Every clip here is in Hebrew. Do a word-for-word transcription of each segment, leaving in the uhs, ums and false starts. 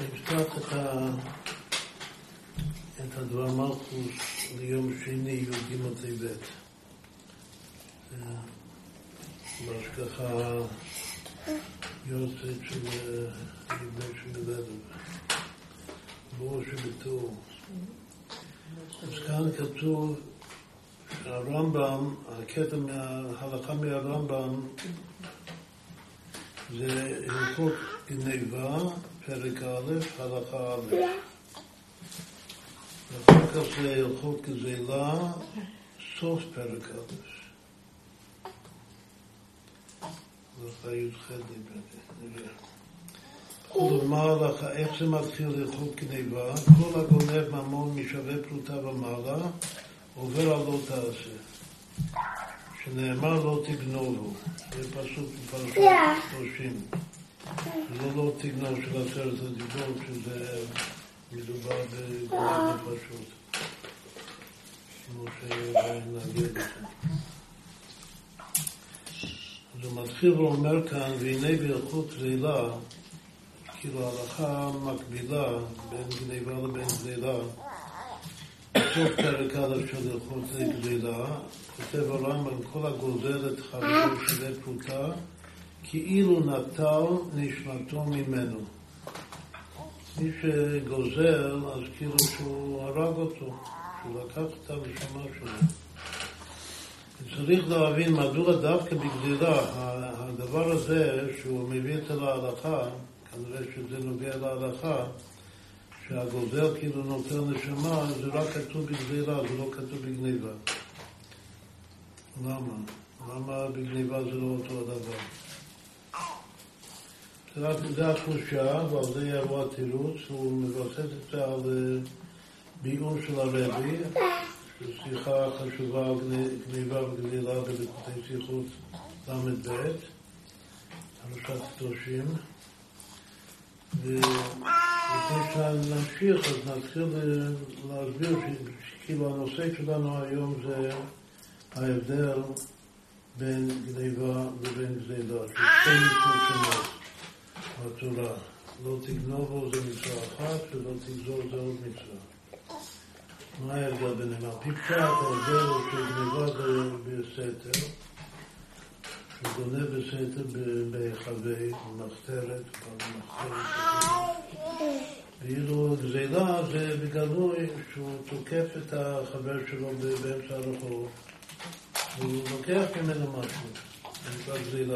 נפתח את, ה... את הדבר מלכוס ליום שני י"ג טבת. בהשגחה יוצאת של יבנה של מלדב. בואו שבטור. אז כאן כתוב שהרמב"ם, הקטע מההלכה מהרמב"ם, זה הלכות גניבה, פרק א', הלכה א'. ואחר כך זה הלכות גזילה, סוף פרק א'. הלכה י"ח נראה. בכל זאת, מה ההלכה? איך זה מתחיל הלכות גניבה? כל הגונב ממון משווה פרוטה ומעלה, עובר על לא תעשה. שנאמר לא תגנובו. זה פסוק בפרשת שלושים. זה לא לא תגנוב של עשרת הדיברות, שזה מדובר בגונב נפשות. כמו שנגיד את זה. אז הוא מתחיל ואומר כאן, והנה בהלכות גזילה, כאילו ההלכה מקבילה בין גניבה לבין גזילה, בסוף פרק א' של הלכות גזילה, כותב הרמב"ם, כל הגוזל את חברו שווה פרוטה, כאילו נטל נשמתו ממנו. מי שגוזל, אז כאילו שהוא הרג אותו, שהוא לקח את הנשמה שלו. צריך להבין מדוע דווקא בגזילה, הדבר הזה שהוא מביא את להלכה, כנראה שזה נוגע להלכה, שהגוזל כאילו נותן נשמה, זה רק כתוב בגזילה, זה לא כתוב בגניבה. למה? למה בגניבה זה לא אותו הדבר? זה רק, זה התחושה, ועל זה יבוא התירוץ, הוא מבסס את זה על ביאור של הרבי, שיחה חשובה על גניבה וגזילה בליקוטי שיחות למד ב', פרשת קדושים. ולפני שנמשיך, אז נתחיל להסביר שכאילו הנושא שלנו היום זה ההבדל בין גניבה ובין גזילה, ששתי מצוות שונות בתורה. לא תגנובו זה מצווה אחת, ולא תגזול זה עוד מצווה. מה ההבדל ביניהם? על פי פשט ההבדל הוא שגניבה זה בסתר, שגונב בסתר בהיחווה, במחתרת, ואילו גזילה זה בגלוי שהוא תוקף את החבר שלו באמצע הרחוב, והוא לוקח ממנו משהו, זה נקרא גזילה.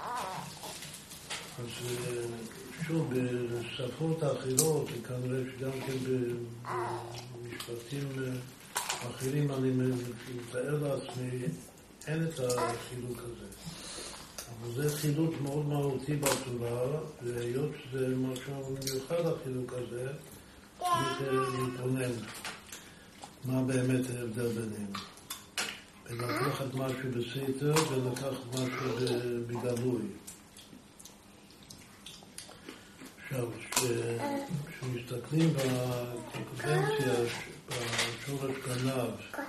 אז שוב, בשפות האחרות, וכנראה שגם כן במשפטים אחרים, אני מתאר לעצמי, אין את החילוק הזה. אבל זה חילוק מאוד מהותי בתורה, והיות שזה משהו מיוחד החילוק הזה, צריך להתבונן מה באמת ההבדל ביניהם. ולקחת משהו בסתר ולקחת משהו בגלוי. עכשיו, כשמסתכלים בקונקרנציה, בשורש גנב,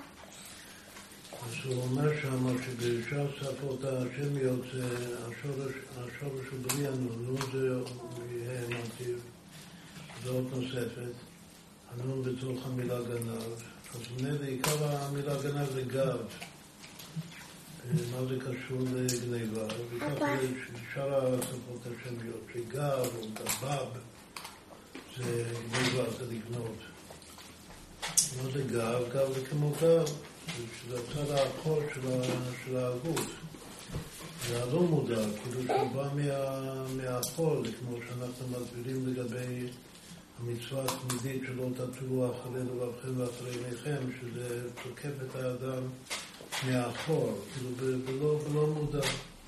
אז הוא אומר שמה שבשאר שפות השמיות זה השורש, השורש הוא בלי הנון, נון זה מהמנטיב, זה עוד נוספת, הנון בתוך המילה גנב, אז נראה עיקר המילה גנב זה גב, מה זה קשור לגניבה, וכך בשאר השפות השמיות, שגב או גבב זה גניבה, זה לגנוב. מה זה גב? גב זה כמו גב. שזה הצד האחור של הגוף. זה הלא מודע, כאילו שהוא בא מהאחור, זה כמו שאנחנו מסבירים לגבי המצווה התמידית שלא תטלו אחרינו ואחרינו ואחרי עיניכם, שזה תוקף את האדם מהאחור, כאילו בלא, בלא מודע,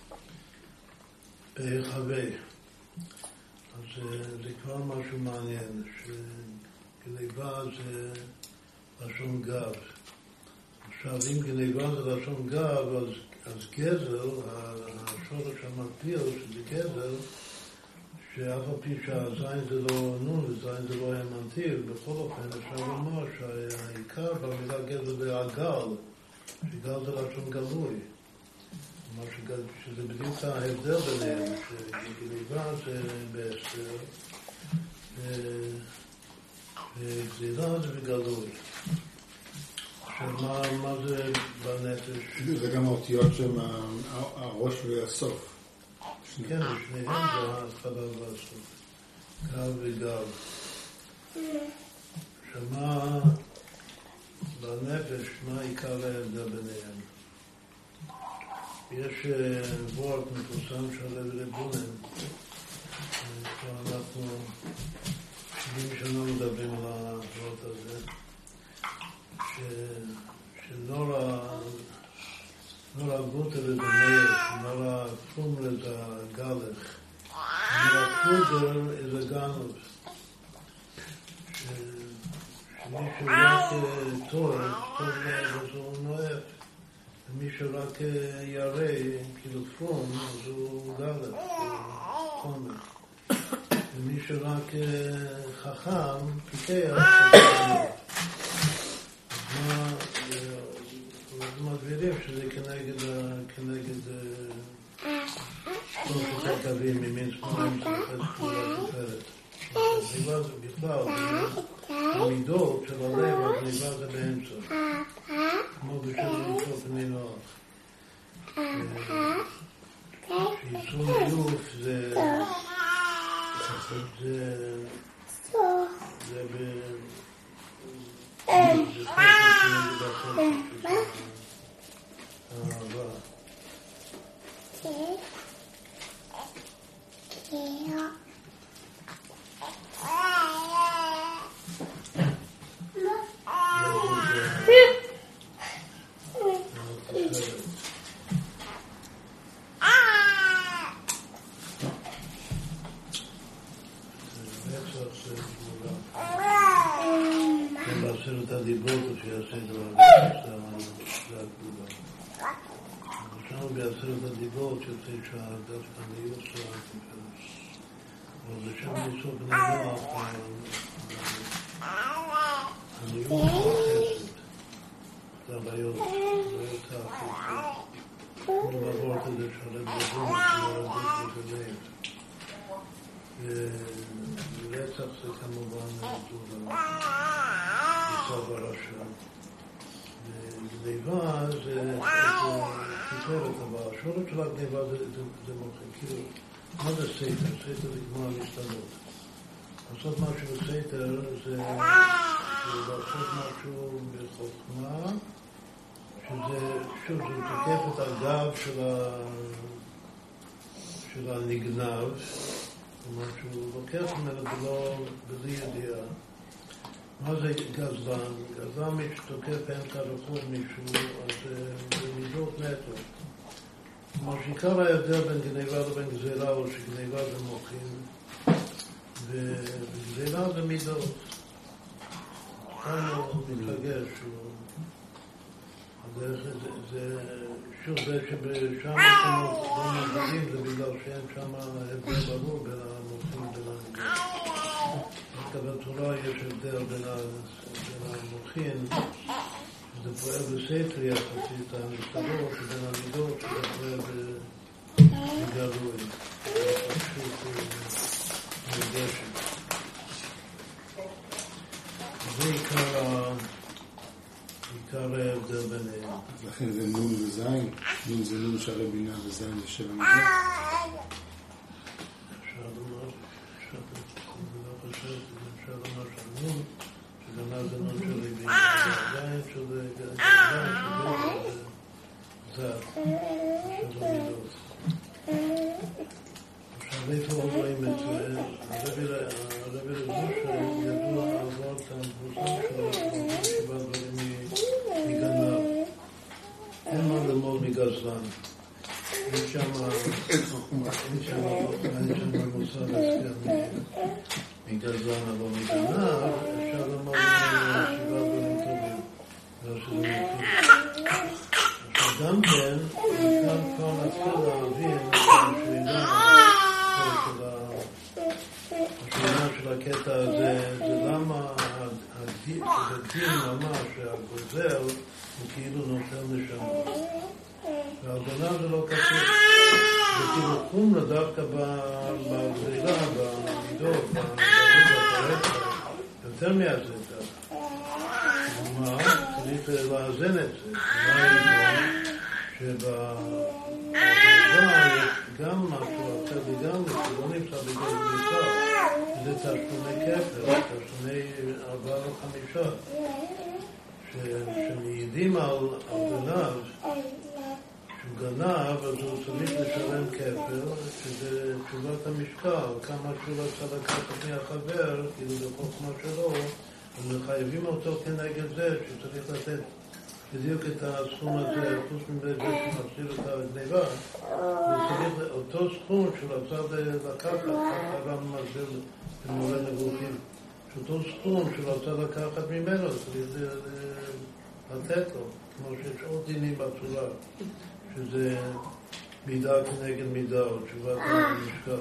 בהיחווה. אז זה כבר משהו מעניין, שגניבה זה לשון גב. עכשיו, אם גניבה זה לשון גב, אז, אז גזל, השורש המקביל שזה גזל, שאף על פי שהזין זה לא נון וזין זה לא היה מנטיב, בכל אופן אפשר לומר שהעיקר במילה גזל זה הגל, שגל זה לשון גלוי. שזה בדיוק ההבדל ביניהם, שגניבה זה בהסתר, בגזירה זה בגלוי. שמה, מה זה בנפש? זה גם האותיות שהם הראש והסוף. כן, בשניהם זה ההתחלה והסוף. גל וגל. שמה בנפש, מה עיקר ההבדל ביניהם? יש וורט מפורסם של רבי בונן, אנחנו שבעים שנה מדברים על הוורט הזה, ש... שנורא נורא גוטה לדמייך, נורא תחום לדגלך, נורא פודר איזה גנוב. שמישהו רק טוב, טוב אז הוא נואף. ומישהו רק ירא, כאילו פרום, אז הוא גלך, הוא חומר. ומישהו רק חכם, פיקח, אז מסבירים שזה כנגד שלושת הקווים ממין שמונה מצטרפת כפולה סופרת. הגניבה זה בכלל, המידות של הלב, הגניבה זה באמצע. כמו בשביל למצוא פני נוח. שיצור מיוף זה... זה... זה ב... זה חלק כנגד החלק האהבה. בעשרת הדיברות שיעשה דבר זה הגבולה. עכשיו בעשרת הדיברות שיוצא שהדווקא להיות שלנו אבל זה שם ניסו בני נוח הניוק החסד זה הבעיות הבעיות החסד כמו בעבורת הזה שעלה בגבול שעלה בגבול ורצח זה כמובן בסוף הרשע. גניבה זה תפארת, אבל השורש של הגניבה זה מוכן. כאילו, מה זה סתר? סתר זה כמו המשתנות. לעשות משהו בסתר זה לעשות משהו בחוכמה, שזה, שוב, זה מתקף את הגב של הנגנב, כלומר שהוא לוקח ממנו בלי ידיעה. מה זה גזלן? גזלן מי שתוקף אין כרחוב מישהו, אז זה מידות נטו. כלומר שעיקר ההבדל בין גניבה לבין גזירה, או שגניבה זה מוחים, וגזירה זה מידות. כאן הוא מתרגש, שוב זה שבשם מקומות לא מגדים, זה בגלל שאין שם הבדל ברור בין המוחים ובין המידות. בתורה יש הבדל בין המוחין, שזה פועל בסתר יחסית המשתנות, שבין המידות, שזה פועל בגלוי. זה פשוט מרגשת. זה עיקר ההבדל ביניהם. לכן זה נון וזין, נון זה נון של הבינה וזין זה של המידות. אפשר לומר, אפשר לומר, אפשר לומר שהנון, שגנה זה נון של הבינה, עדיין שזה גנה, שזה זר, של המידות. עכשיו איפה רואים את זה? הרבי לזושר ידוע עבור כאן פרוסם שלו, שבא דברים מגנב. אין מה ללמוד מגזלן. אין שם מוסר להסתיר מגזלן, אבל מגנב אפשר ללמוד שבא דברים טובים. לא שזה מופיע. עכשיו גם כן, גם כבר נתחיל להבין השאלה של הקטע הזה, זה למה הדין ממש שהגוזל הוא כאילו נותן לשנות. והגנה זה לא כתוב. זה כאילו חומרה דווקא בגזירה, במידות, בגזירה, יותר מאזן ככה. כלומר, צריך לאזן את זה. שבעבודה יש גם משהו אחר לגמרי, שלא נמצא בגלל מצב. זה תשלומי כפר, תשלומי ארבעה וחמישה, שמעידים על גנב, שהוא גנב, אז הוא צריך לשלם כפר, שזה תשובת המשקל, כמה שהוא רצה לקחת מהחבר, כאילו בחוכמה שלו, אז מחייבים אותו כנגד זה, שצריך לתת בדיוק את הסכום הזה, חוץ מבית שמחזיר את הגניבה, וצריך אותו סכום שהוא רצה לקחת, ככה גם מחזיר במורה נבוכים, שאותו סכום שהוא רצה לקחת ממנו, צריך לתת לו, כמו שיש עוד דינים בצורה, שזה מידה כנגד מידה, או תשובת המשקל.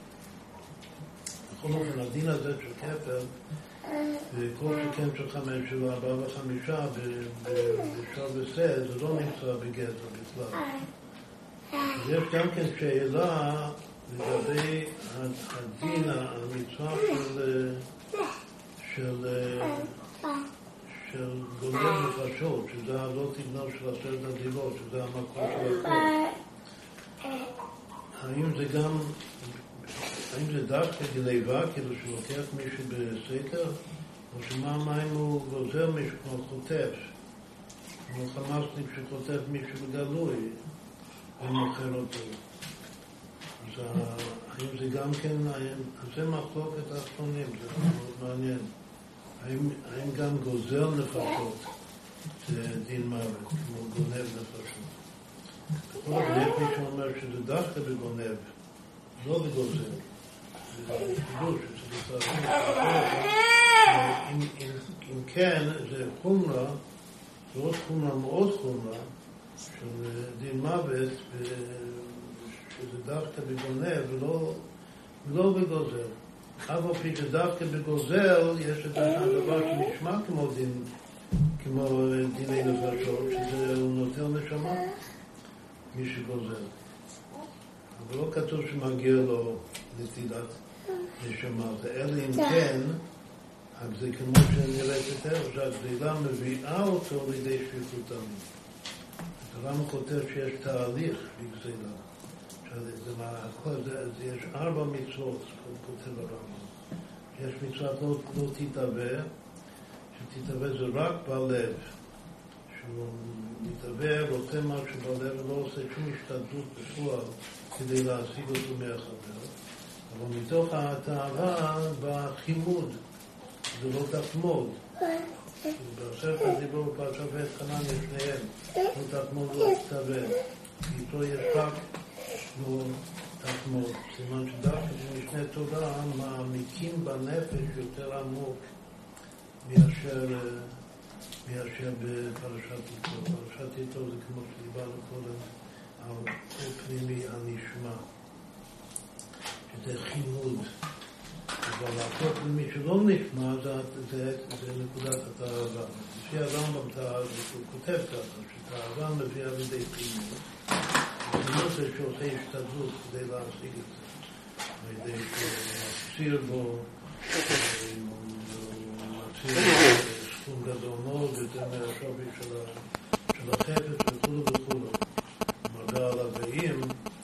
בכל אופן, הדין הזה של כפר, וכל שכן של חמש של ארבעה וחמישה בשור וסד, זה לא נמצא בגזר בכלל. יש גם כן שאלה לגבי הדין, המצווה של של של גונב נפשות, שזה לא תגנוב של עשרת הדיברות, שזה המקור של הכל. האם זה גם, האם זה דווקא גניבה, כאילו שלוקח מישהו בסתר, או שמה מים הוא גוזר מישהו כמו חוטף, כמו חמאסניק שחוטף מישהו בגלוי ומוכר אותו. אז האם זה גם כן, זה מחלוקת האחרונים, זה מאוד מעניין. האם, האם גם גוזר נפשות זה דין מוות, כמו גונב נפשות? בכל זאת, יש מי שאומר שזה דווקא בגונב, לא בגוזר. זה חידוש, שזה צריך אם כן, זה חומרה, זה עוד חומרה מאוד חומרה, של דין מוות, שזה דווקא בגונב ולא, ולא בגוזר. אבל פי שדווקא בגוזר יש את הדבר שנשמע כמו דין, כמו דיני נפשות, שזה הוא נוטל נשמה, מי שגוזר. אבל לא כתוב שמגיע לו נטילת נשמה, אלא אם כן, זה כמו שנראה יותר, שהגזילה מביאה אותו לידי שפיכות דמים. הרמב"ם כותב שיש תהליך בגזילה. זה מה, זה, זה יש ארבע מצוות, כותב הרמב"ם. יש מצוות לא, לא תתאווה, שתתאווה זה רק בלב. שהוא מתאווה, רוצה משהו בלב, ולא עושה שום השתדלות בפועל כדי להשיג אותו מהחבר. אבל מתוך התאווה בחימוד, זה לא תחמוד. בעשרת הדיברות בפרשת בית חנן יש שניהם, לא תחמוד ולא תתאווה. איתו יש רק לא תחמוד. סימן שדווקא במשנה תורה מעמיקים בנפש יותר עמוק מאשר מאשר בפרשת איתו. פרשת איתו זה כמו שדיברנו קודם על פנימי הנשמע, שזה חימוד. אבל לעשות למי שלא נשמע זה, זה, זה נקודת התאווה. לפי הרמב"ם הוא כותב ככה, שתאווה מביאה לידי חימוד. חימוד זה שעושה השתדלות כדי להשיג את זה. על ידי שמחסיר בו, מחסיר סכום גדול מאוד, יותר מהשווי של החפץ וכולו וכולו. מראה על הבאים,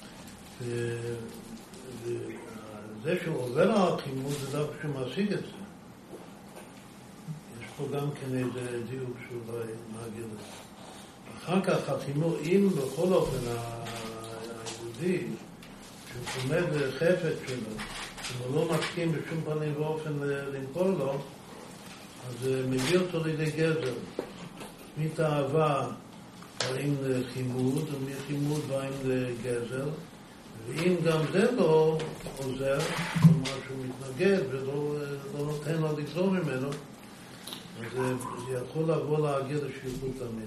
זה שהוא עובר על החימוד זה דווקא שהוא משיג את זה. יש פה גם כן איזה דיוק שאולי נגיד את זה. אחר כך החימוד, אם בכל אופן היהודי שהוא חומד חפץ שלו, אם הוא לא מסכים בשום פנים ואופן למכור לו, אז מביא אותו לידי גזר. מתאווה באים לחימוד, ומחימוד באים לגזר, ואם גם זה לא עוזר, כלומר שהוא מתנגד ולא לא נותן לו לגזור ממנו, אז זה יכול לבוא להגיע לשפיכות דמים.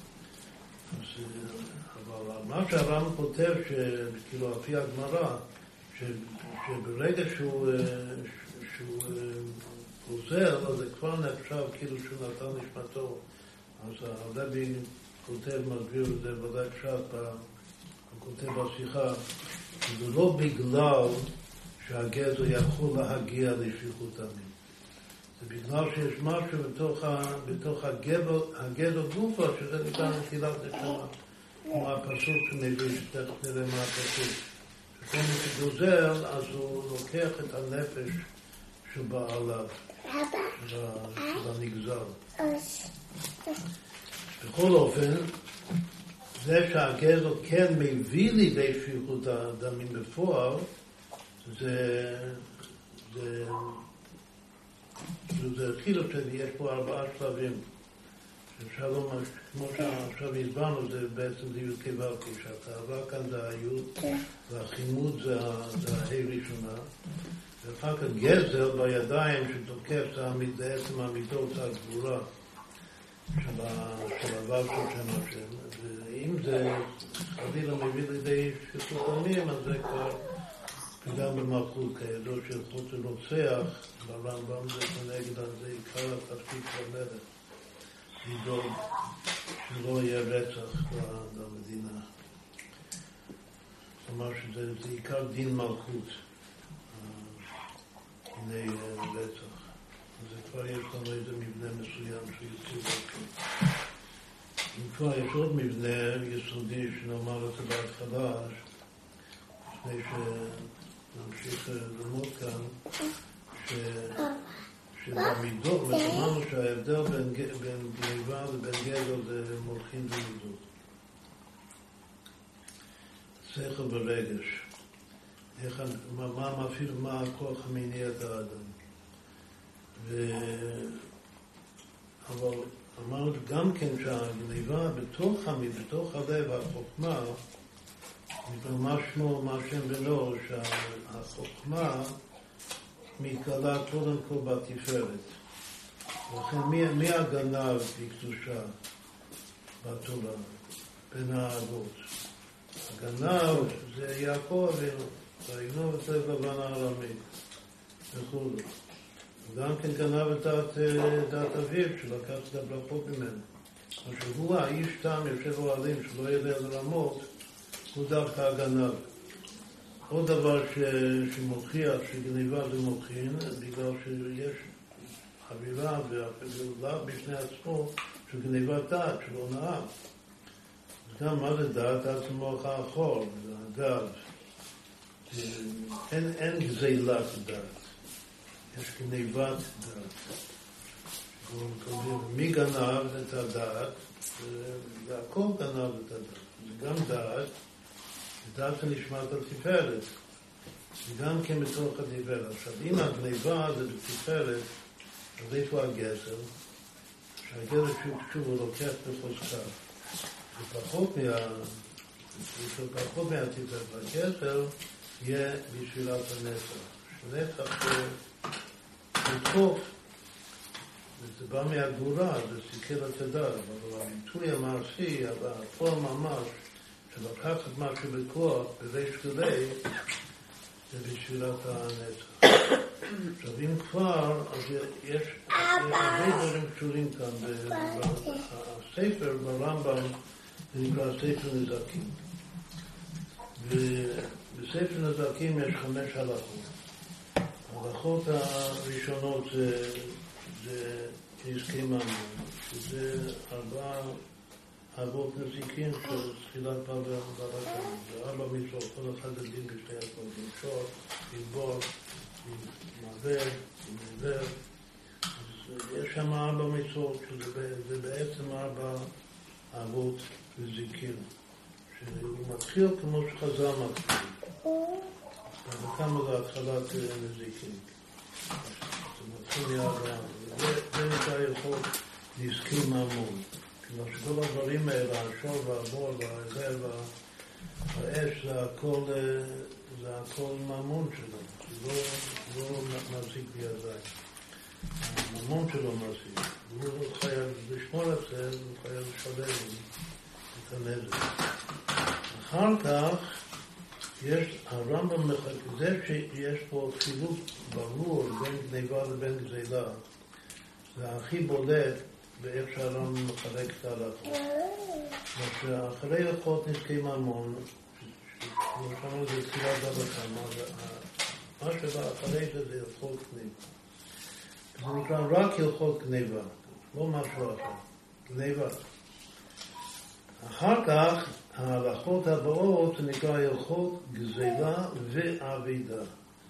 אבל מה שהרמב"ם כותב, שכאילו על פי הגמרא, שברגע שהוא, שהוא גוזר, אז זה כבר נחשב כאילו שהוא נתן נשמתו. אז הרבי כותב, מסביר את זה ודאי פשט, הוא כותב בשיחה, זה לא בגלל שהגזר יכול להגיע לשפיכות דמים. זה בגלל שיש משהו בתוך, ה, בתוך הגדר, הגדר גופה, שזה נקרא נטילת נשמה. כמו הפסוק שמביא, שתכף נראה מה הפסוק. שכל מי שגוזל, אז הוא לוקח את הנפש של בעליו, של הנגזל. בכל אופן, זה שהגזל כן מביא לידי שפיכות הדמים בפועל, זה... זה... זה חילוק שיש פה ארבעה שלבים. אפשר לומר, כמו שעכשיו הסברנו, זה בעצם זה י' כו' כי שהתאווה כאן זה הי' והחימוד זה הה' ראשונה. ואחר כך גזל בידיים שתוקף זה בעצם המידות הגבורה של הוו של שם השם. ואם זה חלילה מביא לידי שפיכות דמים, אז זה כבר גם במלכות, כידוע שזכות לרוצח, ברמב"ם זה כנגד על זה עיקר התפקיד של המלך, לדאוג שלא יהיה רצח במדינה. זאת אומרת שזה עיקר דין מלכות, הנה רצח. אז כבר יש לנו איזה מבנה מסוים שיוצא בו. אם כבר יש עוד מבנה יסודי שנאמר את זה בהתחלה, לפני שנמשיך ללמוד כאן, שבמידות, אמרנו שההבדל בין גניבה ובין גזל זה מולכין ומידות. שכל ורגש. מה מפעיל, מה הכוח המניע את האדם. ו... אבל אמרנו גם כן שהגניבה בתוך המי, בתוך הלב, החוכמה, מה שמו, מה שם ולא, שהחוכמה מתגלה קודם כל בתפארת. ולכן מי, מי הגנב בקדושה בתורה, בין האבות? הגנב זה יעקב אבינו, ויגנוב את לב לבן הארמי וכו'. וגם כן גנב את דעת אביו, שלקח את הברכות ממנו. שהוא האיש תם יושב אוהלים שלא יודע לרמות, הוא דווקא הגנב. עוד דבר ש... שמוכיח שגניבה זה מוכין, בגלל שיש חבילה ואפילו בפני עצמו של גניבת דעת, של הונאה. אז גם מה זה דעת? דעת זה מוח האחור, זה הגב. אין, אין גזילת דעת. יש גניבת דעת. מי גנב את הדעת? יעקב גנב את הדעת. זה גם דעת. דעת שנשמעת על תפארת, וגם כן בתוך התפארת. עכשיו, אם הגניבה זה בתפארת, אז איפה הגזל? שהגזל שוב שוב הוא לוקח בחוזקה. זה פחות מה... זה פחות מהתפארת. הגזל יהיה בשבילת הנצח. שנצח זה לדחוף, וזה בא מהגבורה, זה סיכל את הדעת, אבל הביטוי המעשי, הפועל ממש, שלקחת משהו בכוח, בריש גלי, זה בשבילת הנצח. עכשיו, אם כבר, אז יש הרבה דברים קשורים כאן. הספר ברמב"ם זה נקרא ספר נזקים. ובספר נזקים יש חמש הלכות. ההלכות הראשונות זה, זה נזקי ממון, שזה ארבעה אבות נזיקין של תחילת ברכה. זה ארבע מצוות, כל אחד זה דין בשתי עצמות, למשול, ללבור, למעבר, למעבר. יש שם ארבע מצוות, שזה בעצם ארבע אבות נזיקין. שהוא מתחיל כמו שחז"ל מתחיל. וכמה זה התחלת נזיקין. זה מתחיל מארבע. זה נקרא יכול נזקי ממון. כלומר שכל הדברים האלה, השור והבור והעזר והאש, זה הכל, זה הכל ממון שלו. זה לא, לא מזיק בידיים. הממון שלו מזיק. הוא חייב לשמור את זה, הוא חייב לשלם את הנזק. אחר כך, יש, הרמב"ם מחלק, זה שיש פה חילוק ברור בין גניבה לבין גזילה, זה הכי בולט באיך שהרמב"ם מחלק את ההלכות. אחרי הלכות נזקי ממון, כמו שאמרנו זה תחילת ברכה, מה שבא אחרי זה זה הלכות גניבה. זה נקרא רק הלכות גניבה, לא משהו אחר, גניבה. אחר כך, ההלכות הבאות זה נקרא הלכות גזילה ועבידה.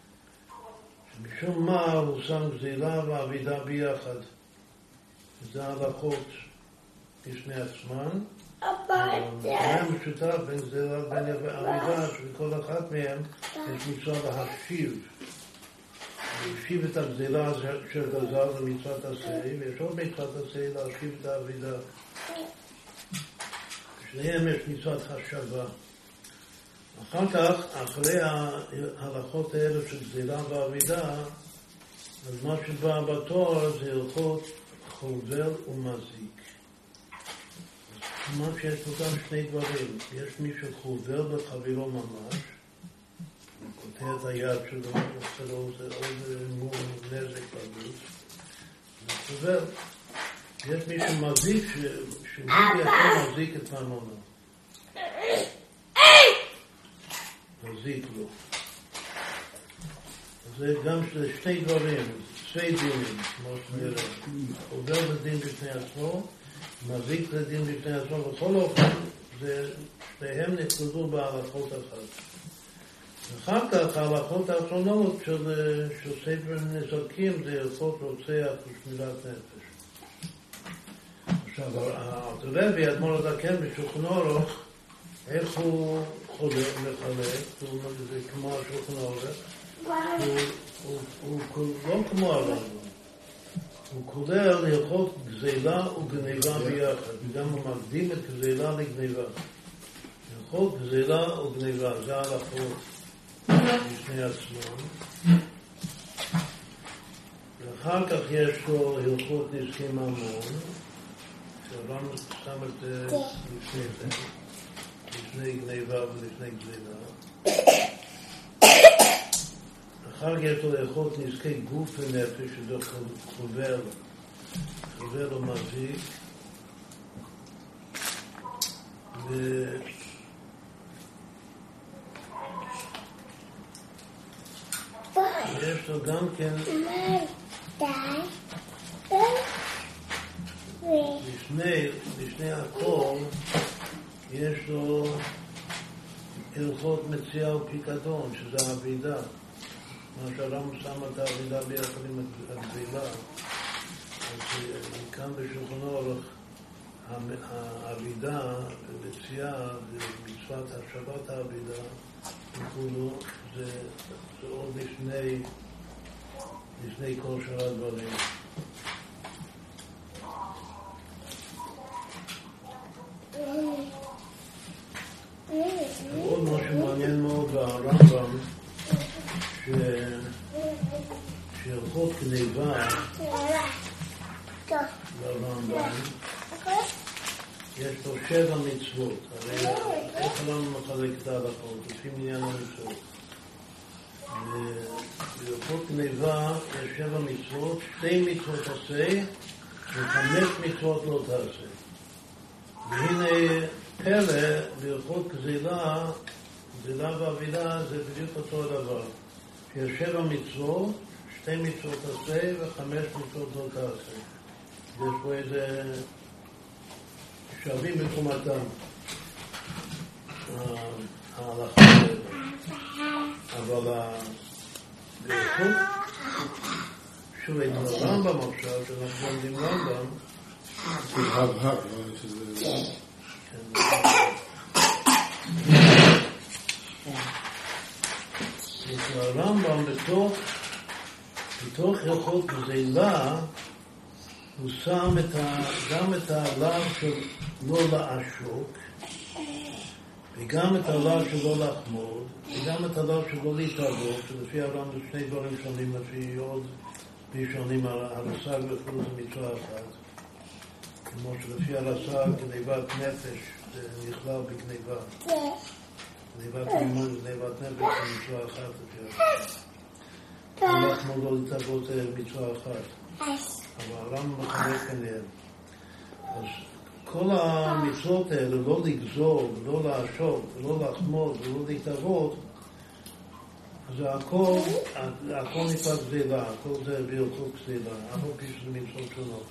משום מה הוא שם גזילה ועבידה ביחד. זה ההלכות בשני עצמן. זה משותף בין גזילה ובין עבידה, שבכל אחת מהם יש מצווה להשיב. להשיב את הגזילה של גזל במצוות עשה, ויש עוד מצוות עשה להשיב את העבידה. בשניהם יש מצוות השבה. אחר כך, אחרי ההלכות האלה של גזילה ועבידה, אז מה שבא בתור זה הלכות חובל ומזיק. מה שיש אותם שני דברים. יש מי שחובל בחבילו ממש, הוא קוטע את היד שלו, עושה לו עוד נזק בגוף, הוא חובל. יש מי שמזיק, שמי יכול מזיק את ממונו. מזיק לו. זה גם שני דברים, שני דינים, כמו שנראה. חובל לדין בפני עצמו, מזיק לדין בפני עצמו, בכל אופן, שניהם נקלדו בהלכות אחת. אחר כך, ההלכות האחרונות של, של ספר נזקים זה הלכות רוצח ושמילת נפש. עכשיו, הרבי אדמו"ר הזקן בשולחן אורוך, איך הוא חולק, מחלק, זה כמו השולחן אורוך, הוא לא כמו הרמב"ם. הוא כולל הלכות גזילה וגניבה ביחד, וגם הוא מקדים את גזילה לגניבה. הלכות גזילה וגניבה, זה ההלכות בשני עצמם. ואחר כך יש לו הלכות נזקי ממון, שהרמב"ם שם את לפני זה, לפני גניבה ולפני גזילה. אחר כך יש לו הלכות נזקי גוף ונפש, שזה חובל, חובל או מזיק. ויש לו גם כן לפני, לפני הכל יש לו הלכות מציאה ופיקדון, שזה העבידה. מה שהרמב"ם שם את העבידה ביחד עם הגזילה, אז כאן בשולחן אורוך העבידה ומציאה ומצוות השבת העבידה וכולו, זה, זה עוד לפני, לפני כל שאר הדברים. עוד משהו מעניין מאוד ברמב"ם, שהלכות גניבה ברמב"ם יש לו שבע מצוות. הרי איך הרמב"ם מחלק את ההלכות לפי מניין המצוות. בהלכות גניבה יש שבע מצוות, שתי מצוות עשה וחמש מצוות לא תעשה. והנה פלא בהלכות גזילה, גזילה ועבידה זה בדיוק אותו הדבר. יש שבע מצוות, שתי מצוות עשה וחמש מצוות לא תעשה. יש פה איזה שווים בתחומתם ההלכות האלה. אבל בהלכות, שוב את הרמב"ם עכשיו, שאנחנו לומדים רמב"ם, הב הב, לא שזה... הרמב"ם בתוך, בתוך הלכות גזילה, הוא שם את ה, גם את הלאו של לא לעשוק, וגם את הלאו של לא לחמוד, וגם את הלאו של לא להתערבות, שלפי הרמב"ם זה שני דברים שונים, לפי עוד ראשונים, הרס"ג וכו' זה מצווה אחת. כמו שלפי הרס"ג, גניבת נפש, זה נכלל בגניבה. גניבת ממון וגניבת נפש זה מצווה אחת לפי הרס"ג. לא לחמוד לא להתערבות זה מצווה אחת. אבל הרמב"ם מחלק ביניהם. אז כל המצוות האלה, לא לגזול, לא לעשוק, לא לחמוד ולא להתערבות, אז הכל, הכל נקרא גזילה, הכל זה בהלכות גזילה, אף על פי שזה מצוות שונות.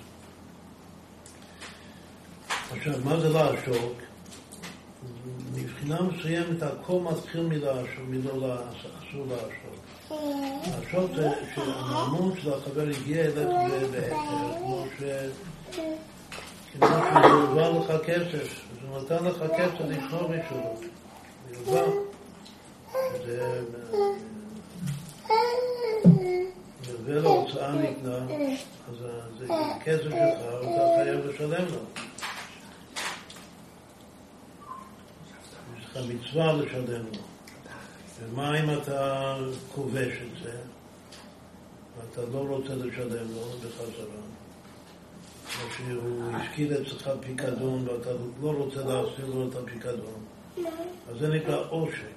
עכשיו, מה זה לעשוק? מבחינה מסוימת הכל מתחיל מלעשוק, מלא אסור לעשוק. לעשוק זה שהממון של החבר הגיע אליך בהיתר, כמו ש... כמו שהוא עבר לך כסף, הוא נתן לך כסף לשמור בשבילו. הוא עבר. זה... ולא הוצאה נקנה, אז זה כסף שלך, אתה חייב לשלם לו. יש לך מצווה לשלם לו. ומה אם אתה כובש את זה, ואתה לא רוצה לשלם לו בחזרה? או שהוא השקיד אצלך פיקדון ואתה לא רוצה להחזיר לו את הפיקדון. אז זה נקרא עושק.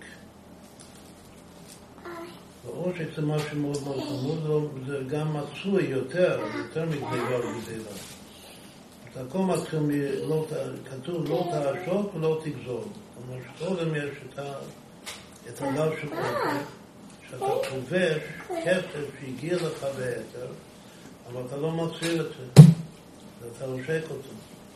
ועושק זה משהו מאוד מאוד חמור, זה גם מצוי יותר, יותר מגניבה וגזילה. את הכל מתחיל מ... כתוב לא תעשוק ולא תגזול. זאת אומרת שקודם יש את הלב של עושק, שאתה כובש כסף שהגיע לך בהיתר, אבל אתה לא מחזיר את זה, ואתה עושק אותו.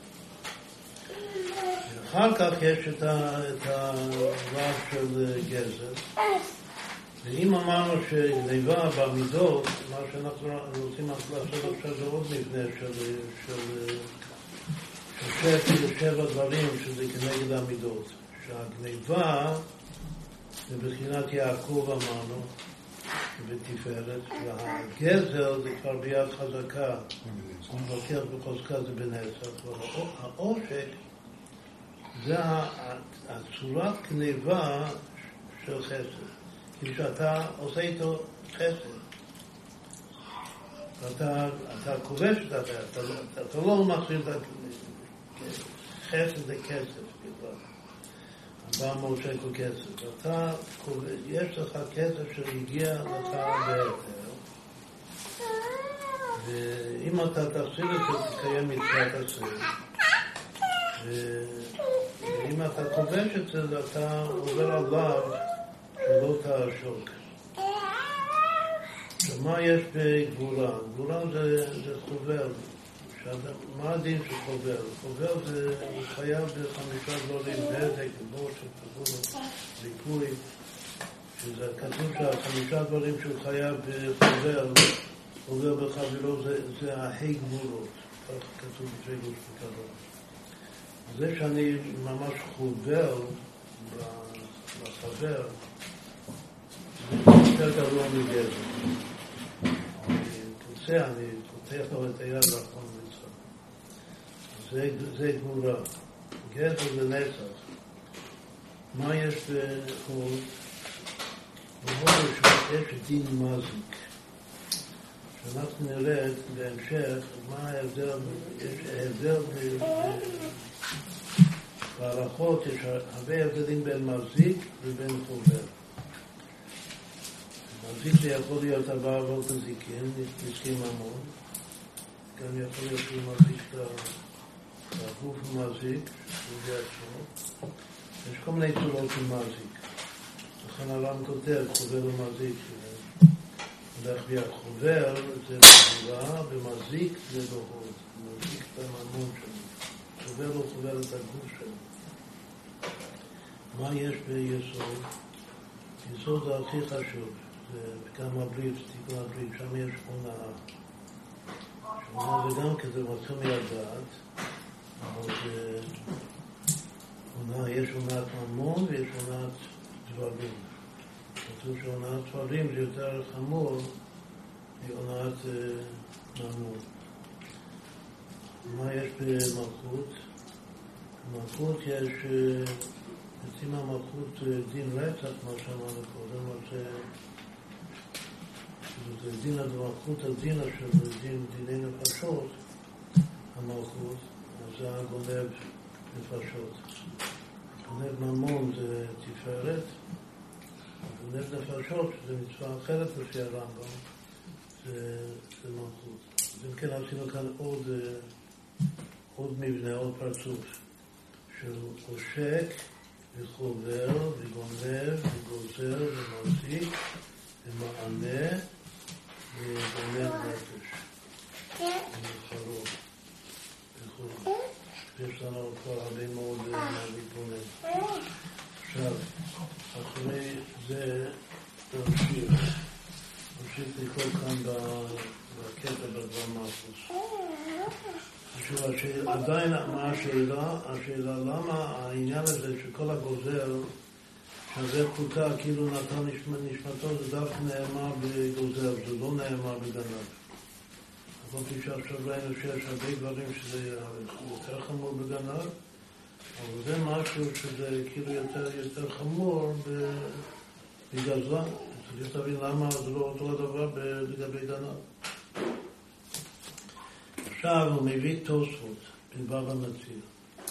ואחר כך יש את הלב של גזל. ואם אמרנו שגניבה במידות, מה שאנחנו רוצים לעשות עכשיו זה עוד מבנה של, של, של שפל שבע דברים שזה כנגד המידות. שהגניבה זה בחינת יעקב אמרנו, בתפארת, והגזל זה כבר ביד חזקה, הוא מבקר בחוזקה זה בנצח, והעושק זה הצורת גניבה של חסד. כי שאתה עושה איתו חסד. אתה, אתה כובש את זה, אתה, אתה, אתה לא מחזיר את חסד זה כסף. ארבע מאות שקל כסף. אתה כובש, יש לך כסף שהגיע לך בהיתר. ואם אתה תחזיר את זה, תקיים מצוות עשה. ואם אתה כובש את זה, אתה עובר עליו שלא תעשוק. מה יש בגבורה? גבורה זה, זה חובר. מה הדין של חובר? חובר זה חייב בחמישה דברים, בדק, בושת, תבונות, זיכוי. שזה כתוב שהחמישה דברים שהוא חייב בחובר, חובר בחבילו, זה, זה ההי גבורות. כך כתוב בשביל גבורות. זה שאני ממש חובר בחבר, זה יותר גרוע מגזל. אני רוצה, אני פותח לו את היד לאחרון מצווה. זה, זה גבורה. גזל זה נצח. מה יש בחול? בחול יש דין מזיק. שאנחנו נראה בהמשך מה ההבדל, יש ההבדל בהלכות, יש הרבה הבדלים בין מזיק ובין חובר. מזיק זה יכול להיות הבא עבור תזיקים, נזקים המון. גם יכול להיות שהוא מזיק לגוף מזיק, שזה עצמו. יש כל מיני צורות של מזיק. לכן הר"ן כותב, חובר ומזיק. הולך ביד חובר זה בגבורה, ומזיק זה בהוד. מזיק את הממון שלו. חובר לא חובר את הגוף שלו. מה יש ביסוד? יסוד זה הכי חשוב. וגם הבריף, תיקון הבריף, שם יש הונאה. הונאה זה גם כזה מתחיל מהדעת, אבל זה הונאה, יש הונאת ממון ויש הונאת דברים. כתוב שהונאת דברים זה יותר חמור מהונאת ממון. מה יש במלכות? במלכות יש, יוצאים מהמלכות דין רצח, מה שאמרנו קודם, אבל זה דין המלכות, הדין של דין, דיני נפשות, המלכות, אז זה הגונב נפשות. גונב ממון זה תפארת, גונב נפשות, שזה מצווה אחרת לפי הרמב"ם, זה, זה מלכות. אז אם כן עשינו כאן עוד, עוד מבנה, עוד פרצוף, של עושק וחובר וגונב וגוזר ומזיק, במענה ובאמת נפש. בחרוב. בחרוב. יש לנו כבר הרבה מאוד להתבונן. עכשיו, אחרי זה נמשיך. נמשיך לקרוא כאן בקטע בדבר מרקוס. עכשיו, עדיין מה השאלה? השאלה למה העניין הזה שכל הגוזר שזה פרוטה כאילו נתן נשמתו, זה דווקא נאמר בגוזר, זה לא נאמר בגנב. אבל כפי שעכשיו ראינו שיש הרבה דברים שזה יותר חמור בגנב, אבל זה משהו שזה כאילו יותר, יותר חמור בגזלה. צריך להבין למה זה לא אותו הדבר לגבי גנב. עכשיו הוא מביא תוספות בבבא מציעא,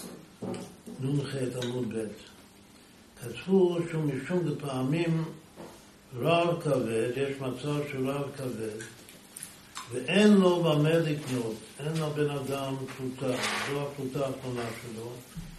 נ"ח עמוד ב'. כתבו שמשום דפעמים רב כבד, יש מצב של רב כבד, ואין לו במה לקנות, אין לו בן אדם פרוטה, זו הפרוטה האחרונה שלו,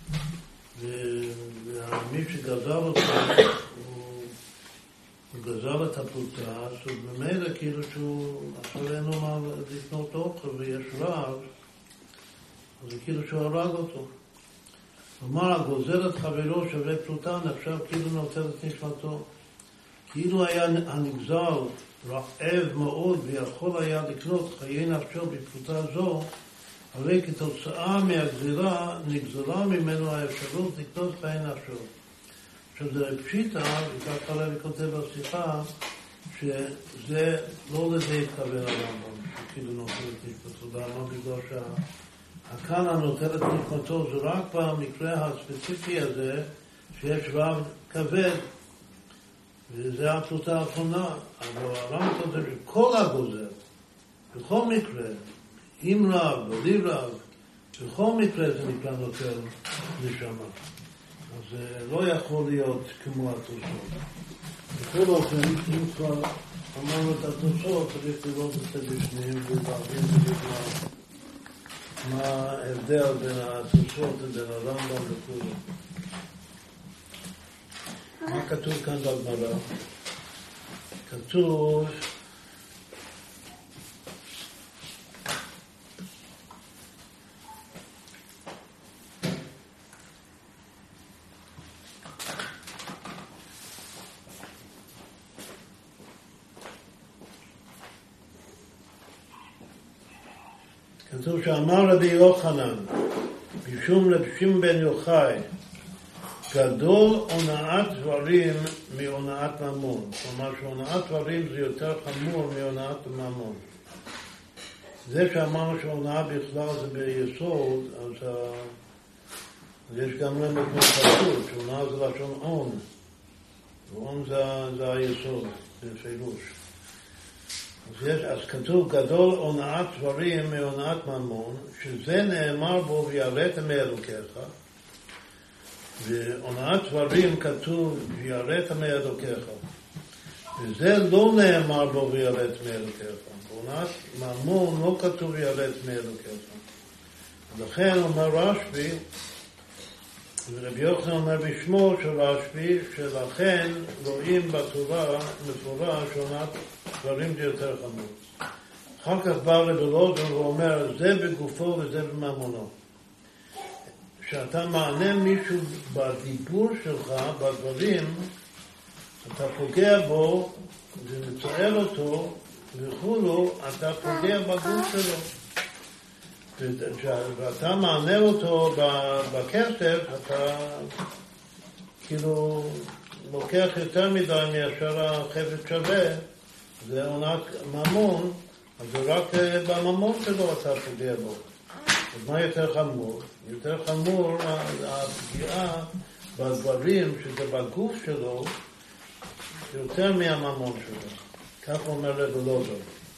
ומי שגזל אותו, הוא, הוא גזל את הפרוטה, אז הוא במילא כאילו שהוא, עכשיו אין לו מה לקנות אוכל ויש רב, אז זה כאילו שהוא הרג אותו. כלומר, הגוזל את חברו שווה פרוטה, נחשב כאילו נוטל את נשמתו. כאילו היה הנגזל רעב מאוד ויכול היה לקנות חיי נפשו בפרוטה זו, הרי כתוצאה מהגזירה נגזלה ממנו האפשרות לקנות חיי נפשו. עכשיו זה פשיטה, וכך הלוי כותב בשיחה, שזה לא לזה התכוון הרמב"ם, שכאילו נוטל את נשמתו. למה? בגלל שה... כאן הנוטל את נשמתו זה רק במקרה הספציפי הזה שיש רב כבד וזה הפרוטה האחרונה, אבל הרמב"ם כותב שכל הגוזל בכל מקרה, עם רב, בלי רב, בכל מקרה זה נקרא נוטל נשמה, אז זה לא יכול להיות כמו התוספות. בכל אופן, אם כבר אמרנו את התוספות, צריך לראות את זה בשניהם ולהבין בגלל מה ההבדל בין התוספות לבין הרמב"ם וכו'. מה כתוב כאן בגמרא? כתוב כתוב שאמר רבי יוחנן משום רבי שמעון בן יוחאי גדול הונאת דברים מהונאת ממון. כלומר שהונאת דברים זה יותר חמור מהונאת ממון. זה שאמרנו שהונאה בכלל זה ביסוד, אז, אז יש גם רמז מפשוט, שהונאה זה לשון הון. והון זה, זה היסוד, זה פילוש. אז, יש, אז כתוב גדול הונאת דברים מהונאת ממון, שזה נאמר בו ויראתם מאלוקיך. והונאת דברים כתוב ויראת מאלוקיך, וזה לא נאמר בו ויראת מאלוקיך. בהונאת ממון לא כתוב ויראת מאלוקיך. לכן אומר רשב"י, ורבי יוחנן אומר בשמו של רשב"י, שלכן רואים בתורה מפורש שהונאת דברים זה יותר חמור. אחר כך בא רבי אלעזר ואומר זה בגופו וזה בממונו. כשאתה מענה מישהו בדיבור שלך, בדברים, אתה פוגע בו ומצער אותו וכולו, אתה פוגע בגוף שלו. ואתה מענה אותו בכסף, אתה כאילו לוקח יותר מדי מאשר החפץ שווה, זה עונת ממון, אז זה רק בממון שלו אתה פוגע בו. אז מה יותר חמור? יותר חמור הפגיעה בדברים שזה בגוף שלו יותר מהממון שלו. כך אומר רב אלעזר.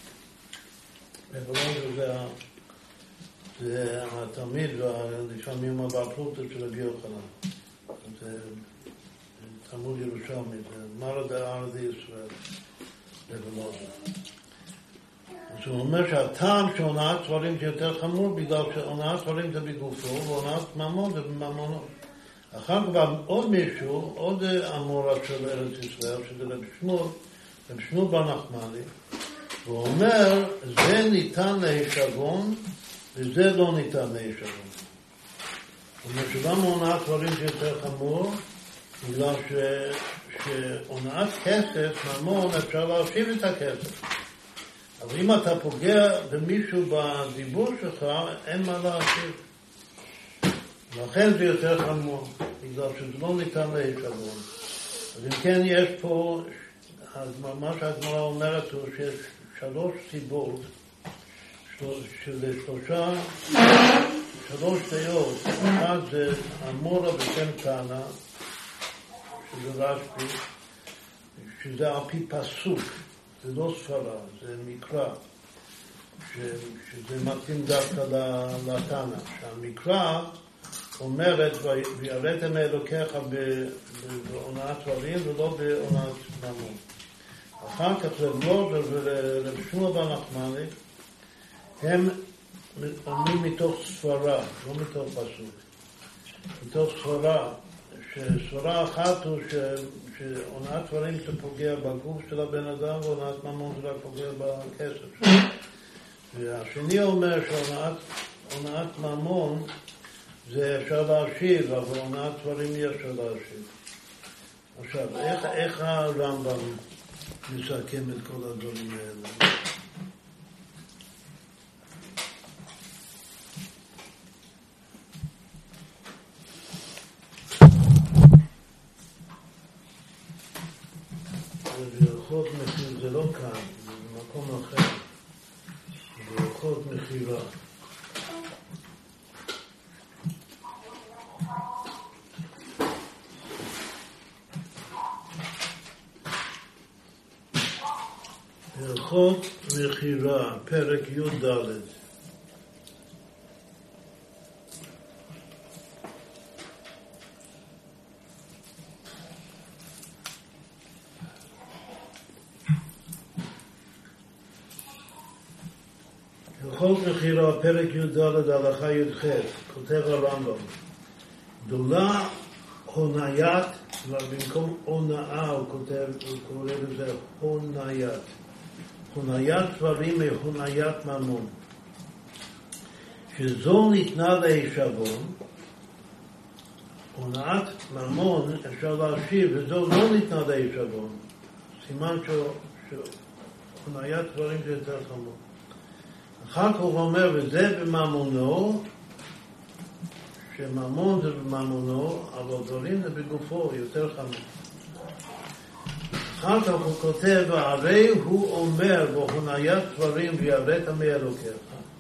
רב אלעזר זה, זה התלמיד לפעמים הבפלוטות של רבי יוחנן. זה תלמוד ירושלמי, זה מרא דארץ ישראל, רב אלעזר. אז הוא אומר שהטעם שהונאת דברים זה יותר חמור בגלל שהונאת דברים זה בגופו והונאת ממון זה בממונו. אחר כך עוד מישהו, עוד אמורה של ארץ ישראל, שזה רבי שמואל, בשנו בר נחמני, והוא אומר, זה ניתן להישבון, וזה לא ניתן להישבון. זאת אומרת שגם הונאת דברים שיותר חמור, בגלל ש... שהונאת כסף, ממון, אפשר להשיב את הכסף. אבל אם אתה פוגע במישהו בדיבור שלך, אין מה להשיב. לכן זה יותר חמור, בגלל שזה לא ניתן להישבון. אז אם כן יש פה, מה שהגמרא אומרת הוא שיש שלוש סיבות, שזה שלושה, שלוש דעות. אחד זה אמורה בשם תנא, שזה רשב"י, שזה על פי פסוק, זה לא ספרה, זה מקרא, ש, שזה מתאים דווקא לתנא, שהמקרא אומרת, ויראתם אלוקיך בהונאת דברים ולא בהונאת ממון. אחר כך לבלודר ולרב שמואל בר נחמני, הם אומרים מתוך ספרה, לא מתוך פסוק. מתוך ספרה, שספרה אחת הוא שהונאת דברים זה פוגע בגוף של הבן אדם, והונאת ממון זה פוגע בכסף. והשני אומר שהונאת ממון זה אפשר להשיב, אבל הונאת דברים אי אפשר להשיב. עכשיו, איך, איך הרמב"ם מסכם את כל הדברים האלה? בהלכות מחיר, זה לא כאן, זה במקום אחר. בהלכות מחירה. בהלכות מחירה, פרק י"ד. בהלכות מחירה, פרק י"ד, הלכה י"ח, כותב הרמב"ם, גדולה הוניית, ובמקום הונאה הוא כותב, הוא קורא לזה הוניית. הוניית דברים מהוניית ממון. שזו ניתנה להישבון, הונאת ממון אפשר להשיב, וזו לא ניתנה להישבון. סימן שהוניית דברים זה יותר חמור. אחר כך הוא אומר, וזה בממונו, שממון זה בממונו, אבל דברים זה בגופו, יותר חמור. אחר כך הוא כותב, הרי הוא אומר, בהוניית דברים ויראת מאלוקיך.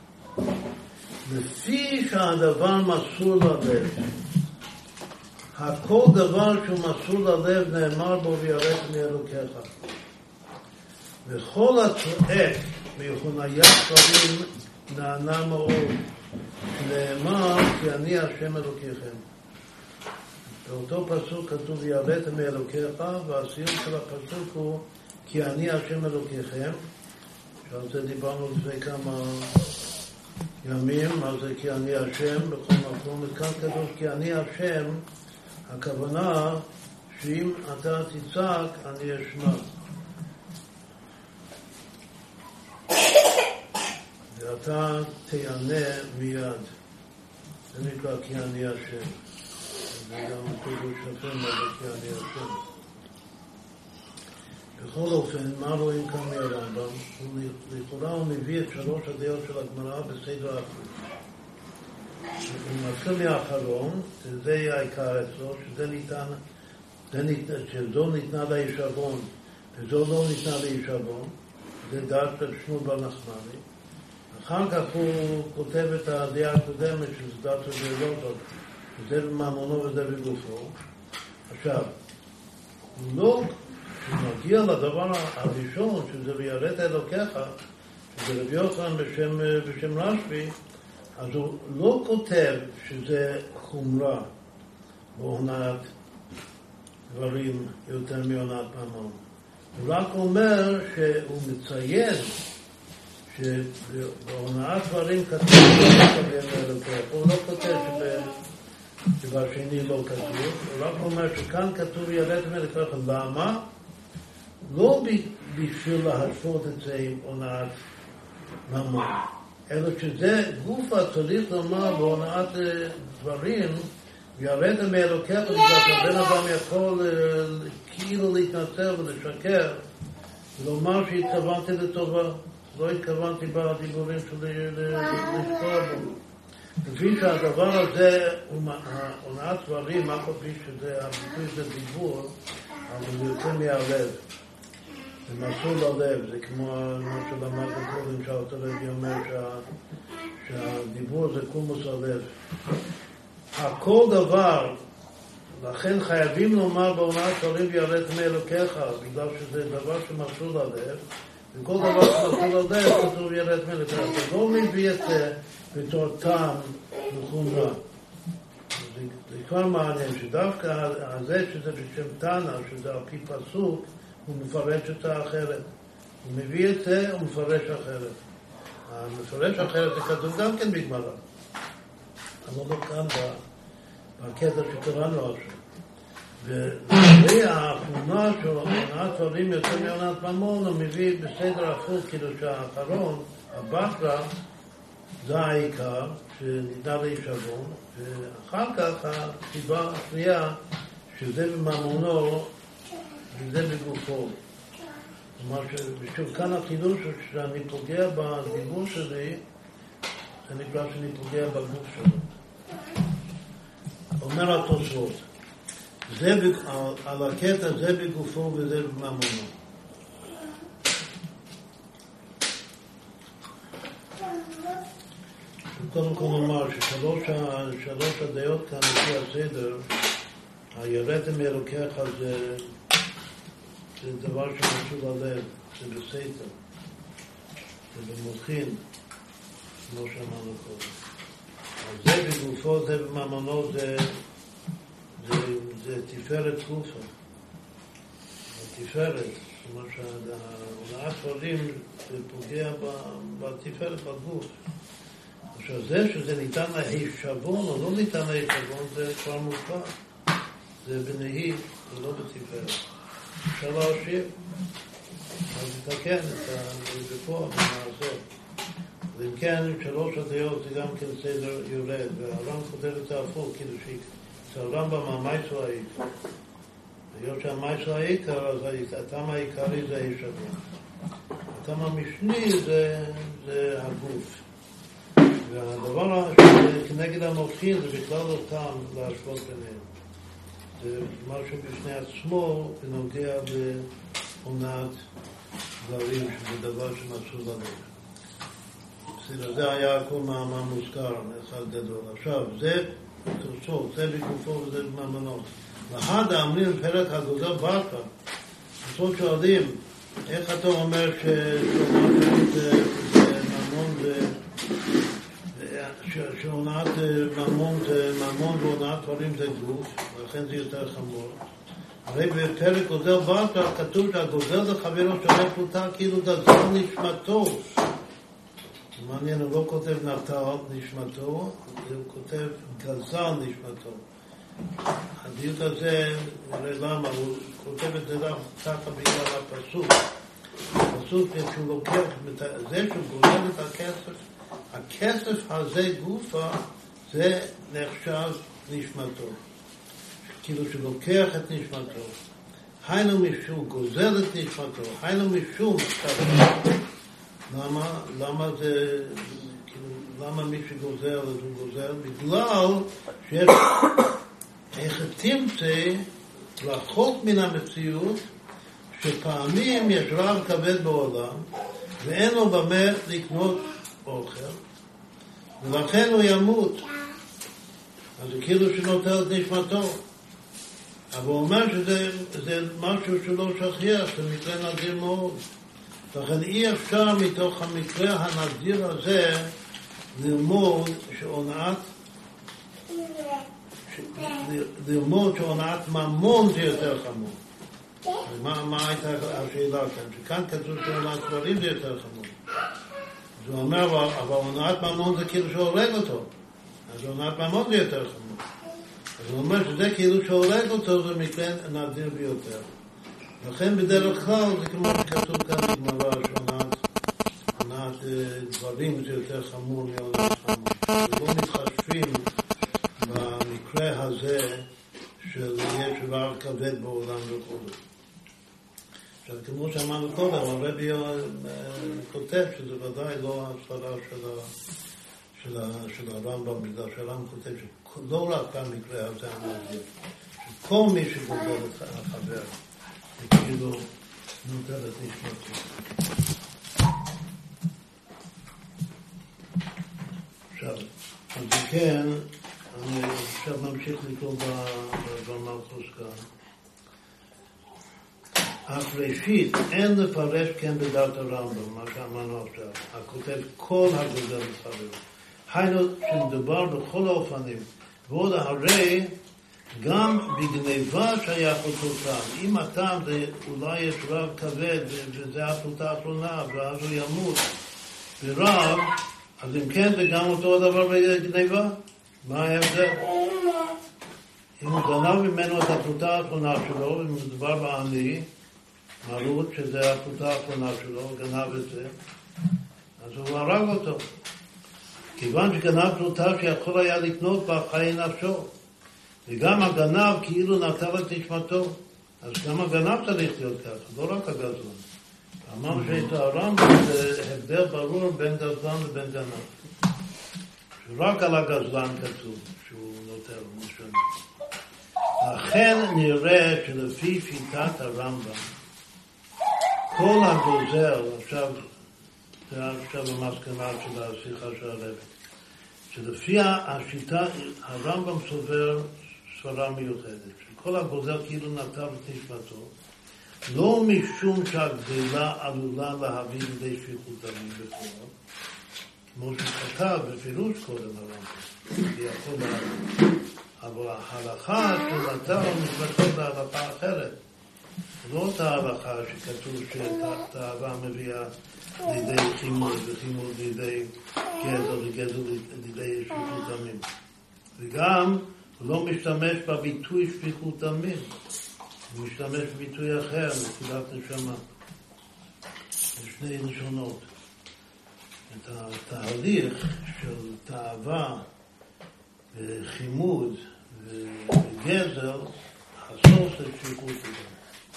לפי שהדבר מסור ללב, הכל דבר שהוא מסור ללב נאמר בו ויראת מאלוקיך. וכל הצועק בהוניית דברים נענה מאוד, נאמר כי אני השם אלוקיכם. באותו פסוק כתוב ויראת מאלוקיך, והסיום של הפסוק הוא כי אני השם אלוקיכם. שעל זה דיברנו לפני כמה ימים, מה זה כי אני השם בכל מקום. וכאן כתוב כי אני השם, הכוונה שאם אתה תצעק אני אשמע. ואתה תענה מיד. זה נקרא כי אני השם. זה גם פירוש יפה מה זה כי אני השם. בכל אופן, מה רואים כאן מהרמב"ם? לכאורה הוא מביא את שלוש הדעות של הגמרא בסדר הפוך. הוא מתחיל מהאחרון, שזה העיקר אצלו, שזה ניתן, שזו ניתנה להישבון, וזו לא ניתנה להישבון, זה דעת רב שמואל בר נחמני. אחר כך הוא כותב את הדעה הקודמת, שזה דעת רב אלעזר, שזה בממונו וזה בגופו. עכשיו, הוא לא, כשמגיע לדבר הראשון, שזה ויראת אלוקיך, שזה רבי יוחנן בשם, בשם רשב"י, אז הוא לא כותב שזה חומרה בהונאת דברים יותר מהונאת ממון. הוא רק אומר שהוא מציין שבהונאת דברים כתוב הוא לא כותב שבשני לא כתוב, הוא רק אומר שכאן כתוב ויראת מאלוקיך. למה? לא בשביל להשוות את זה עם הונאת ממון, אלא שזה גופה צריך לומר בהונאת דברים, ויראת מאלוקיך, ובן אדם יכול כאילו להתנצל ולשקר, ולומר שהתכוונתי לטובה, לא התכוונתי בדיבורים שלי לשקור בו. כפי שהדבר הזה, הונאת דברים, מה כפי שזה, הביטוי זה דיבור, אבל זה יוצא מהלב. זה מסור ללב, זה כמו מה שלמדנו קודם, שאותו רבי אומר שהדיבור זה קומוס הלב. הכל דבר, לכן חייבים לומר בהונאת דברים ויראת מאלוקיך, בגלל שזה דבר שמסור ללב, וכל דבר שמסור ללב, כתוב יראת מאלוקיך. אתה לא מביא את זה בתור טעם וחומרה. זה כבר מעניין, שדווקא הזה שזה בשם תנא, שזה על פי פסוק, הוא מפרש אותה אחרת. הוא מביא את זה, הוא מפרש אחרת. המפרש אחרת זה כתוב גם כן בגמרא. אבל לא כאן בקטע שקראנו עכשיו. ולגבי האחרונה של הונאת דברים יותר מהונאת ממון, הוא מביא בסדר הפוך, כאילו שהאחרון, הבקרה, זה העיקר, שניתנה להישבון, ואחר כך הסיבה השנייה, שזה בממונו, וזה בגופו. כלומר, שוב, כאן החידוש שאני פוגע בדיבור שלי, זה נקרא שאני פוגע בגוף שלי. אומר התוספות, זה על, על הקטע זה בגופו וזה בממונו. קודם כל נאמר ששלוש הדעות כאן לפי הסדר, היראתם מאלוקיך זה, זה דבר שמסור ללב, זה בסתר, זה במוחין, כמו שאמרנו קודם. אז זה בגופו, זה בממונו, זה, זה, זה תפארת גופה. התפארת, זאת אומרת שההונאת דברים זה פוגע בתפארת בגוף. עכשיו זה שזה ניתן להישבון או לא ניתן להישבון זה כבר מופע. זה בנהי, זה לא בתפארת. אפשר להשיב. אז לתקן את זה פה, במעשה. ואם כן, שלוש הדעות זה גם כן סדר יורד. והר"ם כותב את זה הפוך, כאילו שהר"מב"ם המייסו העיקר. היות שהמייסו העיקר, אז הטעם העיקרי זה הישבון. הטעם המשני זה, זה הגוף. והדבר כנגד המוחין זה בכלל לא טעם להשוות ביניהם. זה משהו בפני עצמו בנוגע בהונאת דברים, שזה דבר שמסור ללב. בסדר, זה היה הכל מאמר מוזכר, אחד גדול. עכשיו, זה תוספות, זה בגופו וזה בממונו. ואחד האמרים בפרק הגוזל ברכה, תוספות שואלים, איך אתה אומר שזה ממון ו... שהונאת ממון זה ממון והונאת דברים זה גוף, ולכן זה יותר חמור. הרי בפרק גוזל ברכה כתוב שהגוזל זה חברו שווה פלוטה כאילו גזל נשמתו. מעניין, הוא לא כותב נטל נשמתו, הוא כותב גזל נשמתו. הדיוק הזה, הרי למה? הוא כותב את זה ככה בגלל הפסוק. הפסוק כשהוא לוקח, זה שהוא גוזל את הכסף, הכסף הזה גופה, זה נחשב נשמתו. כאילו שלוקח את נשמתו. היינו משום, גוזל את נשמתו. היינו משום, למה? למה זה, כאילו, למה מי שגוזל אז הוא גוזל? בגלל שיש, איך תמצא רחוק מן המציאות, שפעמים יש רב כבד בעולם, ואין לו במה לקנות אוכל, ולכן הוא ימות. אז זה כאילו שנוטל את נשמתו. אבל הוא אומר שזה זה משהו שלא שכיח, זה מקרה נדיר מאוד. לכן אי אפשר מתוך המקרה הנדיר הזה ללמוד שהונאת ללמוד שהונאת ממון זה יותר חמור. מה, מה הייתה השאלה כאן? שכאן כתוב שהונאת דברים זה יותר חמור. אז הוא אומר, אבל הונאת ממון זה כאילו שהורג אותו. אז הונאת ממון זה יותר חמור. אז הוא אומר שזה כאילו שהורג אותו זה מקרה נדיר ביותר. לכן בדרך כלל זה כמו שכתוב כאן בגמרא שעונת עונת דברים זה יותר חמור מעונת חמור. ולא מתחשבים במקרה הזה של יש רעב כבד בעולם וכו'. עכשיו, כמו שאמרנו קודם, הרבי כותב שזה ודאי לא הסברה של, של, של הרמב"ם, בגלל שהרמב"ם כותב שלא רק במקרה הזה המעניין, שכל מי שגובל את החבר, זה כאילו נוטל את נשמתו. עכשיו, אז כן, אני עכשיו ממשיך לקרוא במלכוס כאן. אך ראשית, אין לפרש כן בדעת הרמב"ם, מה שאמרנו עכשיו. הכותב כל הגוזל לחברו. היינו שמדובר בכל האופנים. ועוד הרי גם בגניבה שייך אותו טעם. אם הטעם זה אולי יש רב כבד, וזה הפלטה האחרונה, ואז הוא ימות ברב, אז אם כן זה גם אותו דבר בגניבה? מה ההבדל? אם הוא גנב ממנו את הפלטה האחרונה שלו, אם מדובר בעני, מרות שזה הפלטה האחרונה שלו, הוא גנב את זה, אז הוא הרג אותו. כיוון שגנב פלטה שיכול היה לקנות בה חיי נפשו, וגם הגנב כאילו נטל את נשמתו, אז גם הגנב צריך להיות ככה, לא רק הגזלן. אמרנו שאת הרמב"ם זה הבדל ברור בין גזלן לבין גנב. שרק על הגזלן כתוב שהוא נוטל משנה. לכן נראה שלפי שיטת הרמב"ם, כל הגוזל, עכשיו, זה עכשיו המסקנה של השיחה של הרבי, שלפי השיטה, הרמב"ם סובר סברה מיוחדת, שכל הגוזל כאילו נטל את נשמתו, לא משום שהגזלה עלולה להביא לידי שפיכות דמים בפועל, כמו שכתב בפירוש קודם הרמב"ם, זה יכול להביא. אבל ההלכה שנטל נשמתו בהלכה אחרת. לא אותה ההלכה שכתוב שתאווה מביאה לידי חימוד, וחימוד לידי גזל, וגזל לידי שפיכות דמים. וגם הוא לא משתמש בביטוי שפיכות דמים, הוא משתמש בביטוי אחר, נטילת נשמה. זה שני לשונות. את התהליך של תאווה וחימוד וגזל, הסוף זה שפיכות דמים.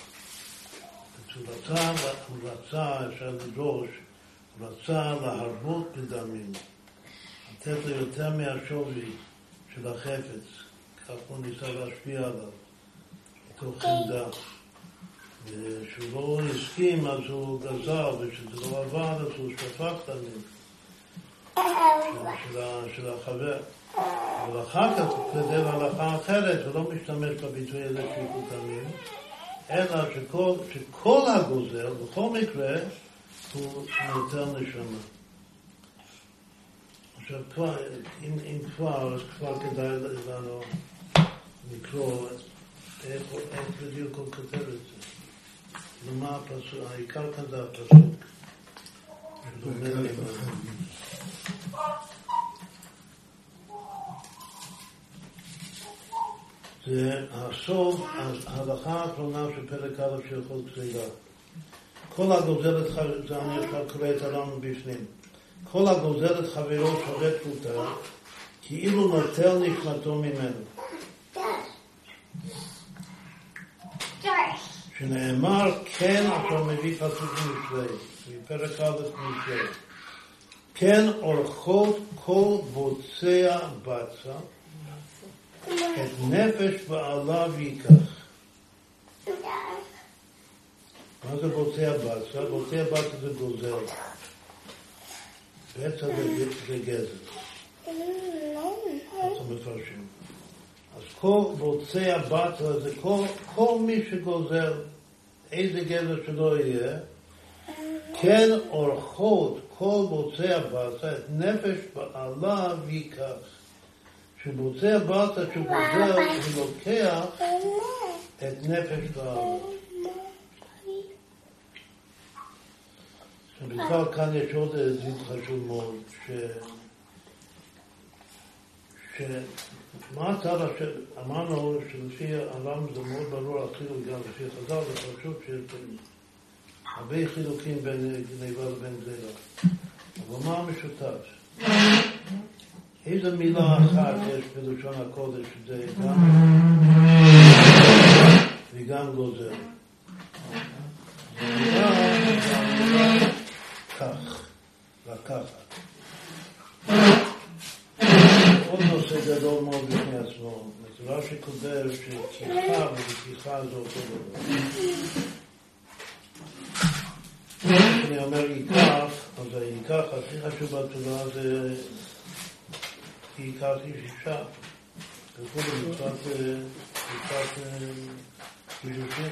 הוא רצה, הוא רצה, אפשר לדרוש, הוא רצה להרבות בדמים, לתת לו יותר מהשווי של החפץ, כך הוא ניסה להשפיע עליו, מתוך חמדה. ושהוא לא הסכים, אז הוא גזל, ושזה לא עבד, אז הוא שפך דמים של, של החבר. אבל אחר כך הוא כתב הלכה אחרת, ולא משתמש בביטוי הזה שפיכות דמים, אלא שכל, שכל הגוזל, בכל מקרה, הוא נוטל נשמה. עכשיו, כבר, אם, אם כבר, אז כבר כדאי לנו לקרוא איך, איך בדיוק הוא כותב את זה. ומה הפסוק, העיקר כאן זה הפסוק. זה הסוף, ההלכה האחרונה של פרק א' של חוק גזלה. כל הגוזל את חברו, זה אני כבר קורא את הרמב"ם בפנים. כל הגוזל את חברו שווה פרוטה, כאילו נוטל נשמתו ממנו. שנאמר, כן, עכשיו מביא פסוק משלי, מפרק א' משלי. כן אורחות כל בוצע בצע, את נפש בעליו ייקח. מה זה בוצע בצע? בוצע בצע זה גוזל. בצע זה גזל. אנחנו מפרשים. אז כל בוצע בצע זה כל, כל מי שגוזל, איזה גזל שלא יהיה, כן אורחות כל בוצע בצע, את נפש בעליו ייקח. שבוצע בצע שגוזל, הוא לוקח את נפש בעליו. ובכלל כאן יש עוד איזה חשוב מאוד, ש... ש... מה הצד אשר אמרנו שלפי הרמב"ם זה מאוד ברור החילוק גם לפי חז"ל ופרשות שיש הרבה חילוקים בין גניבה לבין גזלה. אבל מה המשותף? איזה מילה אחת יש בלשון הקודש שזה גם וגם גוזל? זה מילה כך, לקחת. עוד נושא גדול מאוד בפני עצמו. מצורה שכותב שכיחה וכיחה זה אותו דבר. כשאני אומר ייקח, אז הייקח הכי חשוב בתורה זה ייקח אישה. כתוב במצוות קידושין.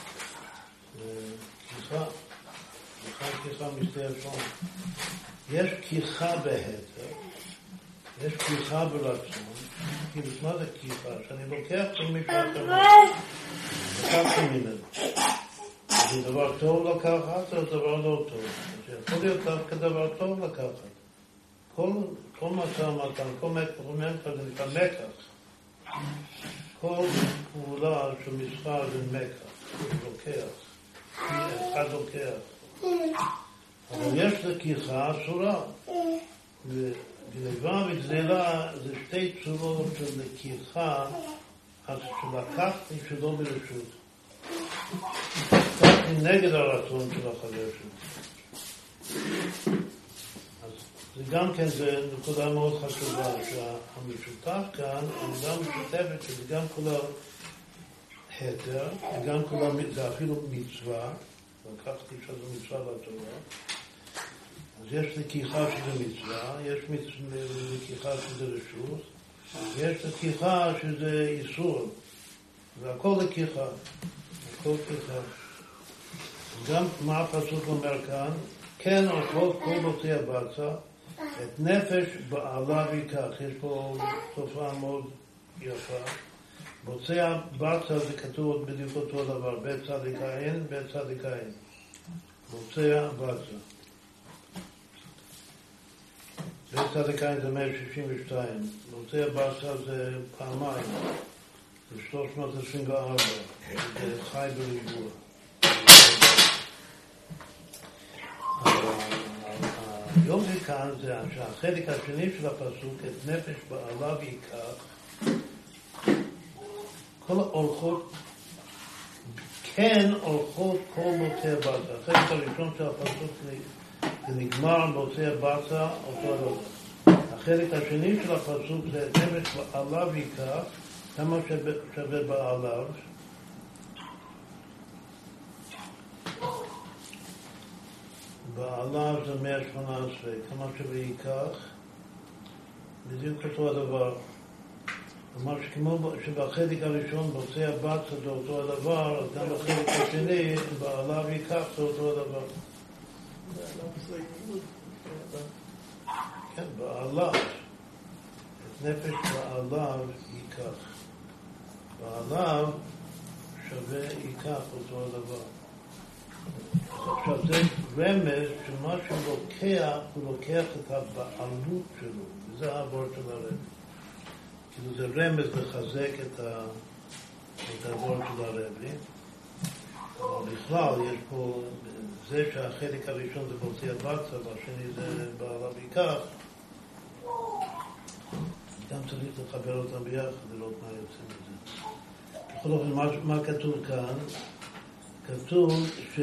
כיחה. כיחה כיחה משתי השון. יש כיחה בהתר. יש כיחה ברצון, כי מה זה כיחה? שאני לוקח את מישהו אחר, לקחתי ממנו. זה דבר טוב לקחת, זה דבר לא טוב. זה יכול להיות דווקא דבר טוב לקחת. כל, כל משא ומתן, כל מקח, זה נקרא מקח. כל פעולה של מסחר זה מקח, זה לוקח. אחד לוקח. אבל יש לכיחה אסורה. גניבה וגזלה זה שתי צורות של לקיחה, אז שלקחתי שלא ברשות. לקחתי נגד הרצון של החבר שלי. אז זה גם כן, זה נקודה מאוד חשובה, שהמשותף כאן, המילה משותפת, שזה גם כולה היתר, וגם כולה, זה אפילו מצווה, לקחתי שזה מצווה בתורה, אז יש לקיחה שזה מצווה, יש לקיחה שזה רשות, יש לקיחה שזה איסור, והכל לקיחה, הכל לקיחה. גם מה הפסוק אומר כאן, כן אוכלות כל בוצע בצע, את נפש בעלה ויקח. יש פה תופעה מאוד יפה. בוצע בצע זה כתוב בדיוק אותו דבר, בית צדיק אין, בית צדיק אין. בוצע בצע. בית צדיק אין זה מאה שישים ושתיים, בוצע בצע זה פעמיים, זה שלוש מאות עשרים וארבע, זה חי בריבוע. היום כאן זה שהחלק השני של הפסוק, את נפש בעלה ויקח, כל האורחות, כן אורחות כל מוצא בצע. החלק הראשון של הפסוק זה נגמר מוצא בצע, אותו הדבר. החלק השני של הפסוק זה את נפש בעלה ויקח, כמה שווה בעליו. בעליו זה מאה שמונה עשרה, כמה שווה ייקח, בדיוק אותו הדבר. כלומר שכמו שבחלק הראשון מוצא הבצע זה אותו הדבר, אז גם בחלק השני בעליו ייקח זה אותו הדבר. כן, בעליו, את נפש בעליו ייקח. בעליו שווה ייקח אותו הדבר. עכשיו זה רמז שמה שהוא לוקח, הוא לוקח את הבעלות שלו, וזה העבור של הרב. כאילו זה רמז לחזק את, ה, את העבור של הרב. אבל בכלל יש פה, זה שהחלק הראשון זה בוצע בצע, והשני זה בעליו ייקח, גם צריך לחבר אותם ביחד, לראות מה יוצא מזה. בכל אופן, מה, מה כתוב כאן? כתוב ש...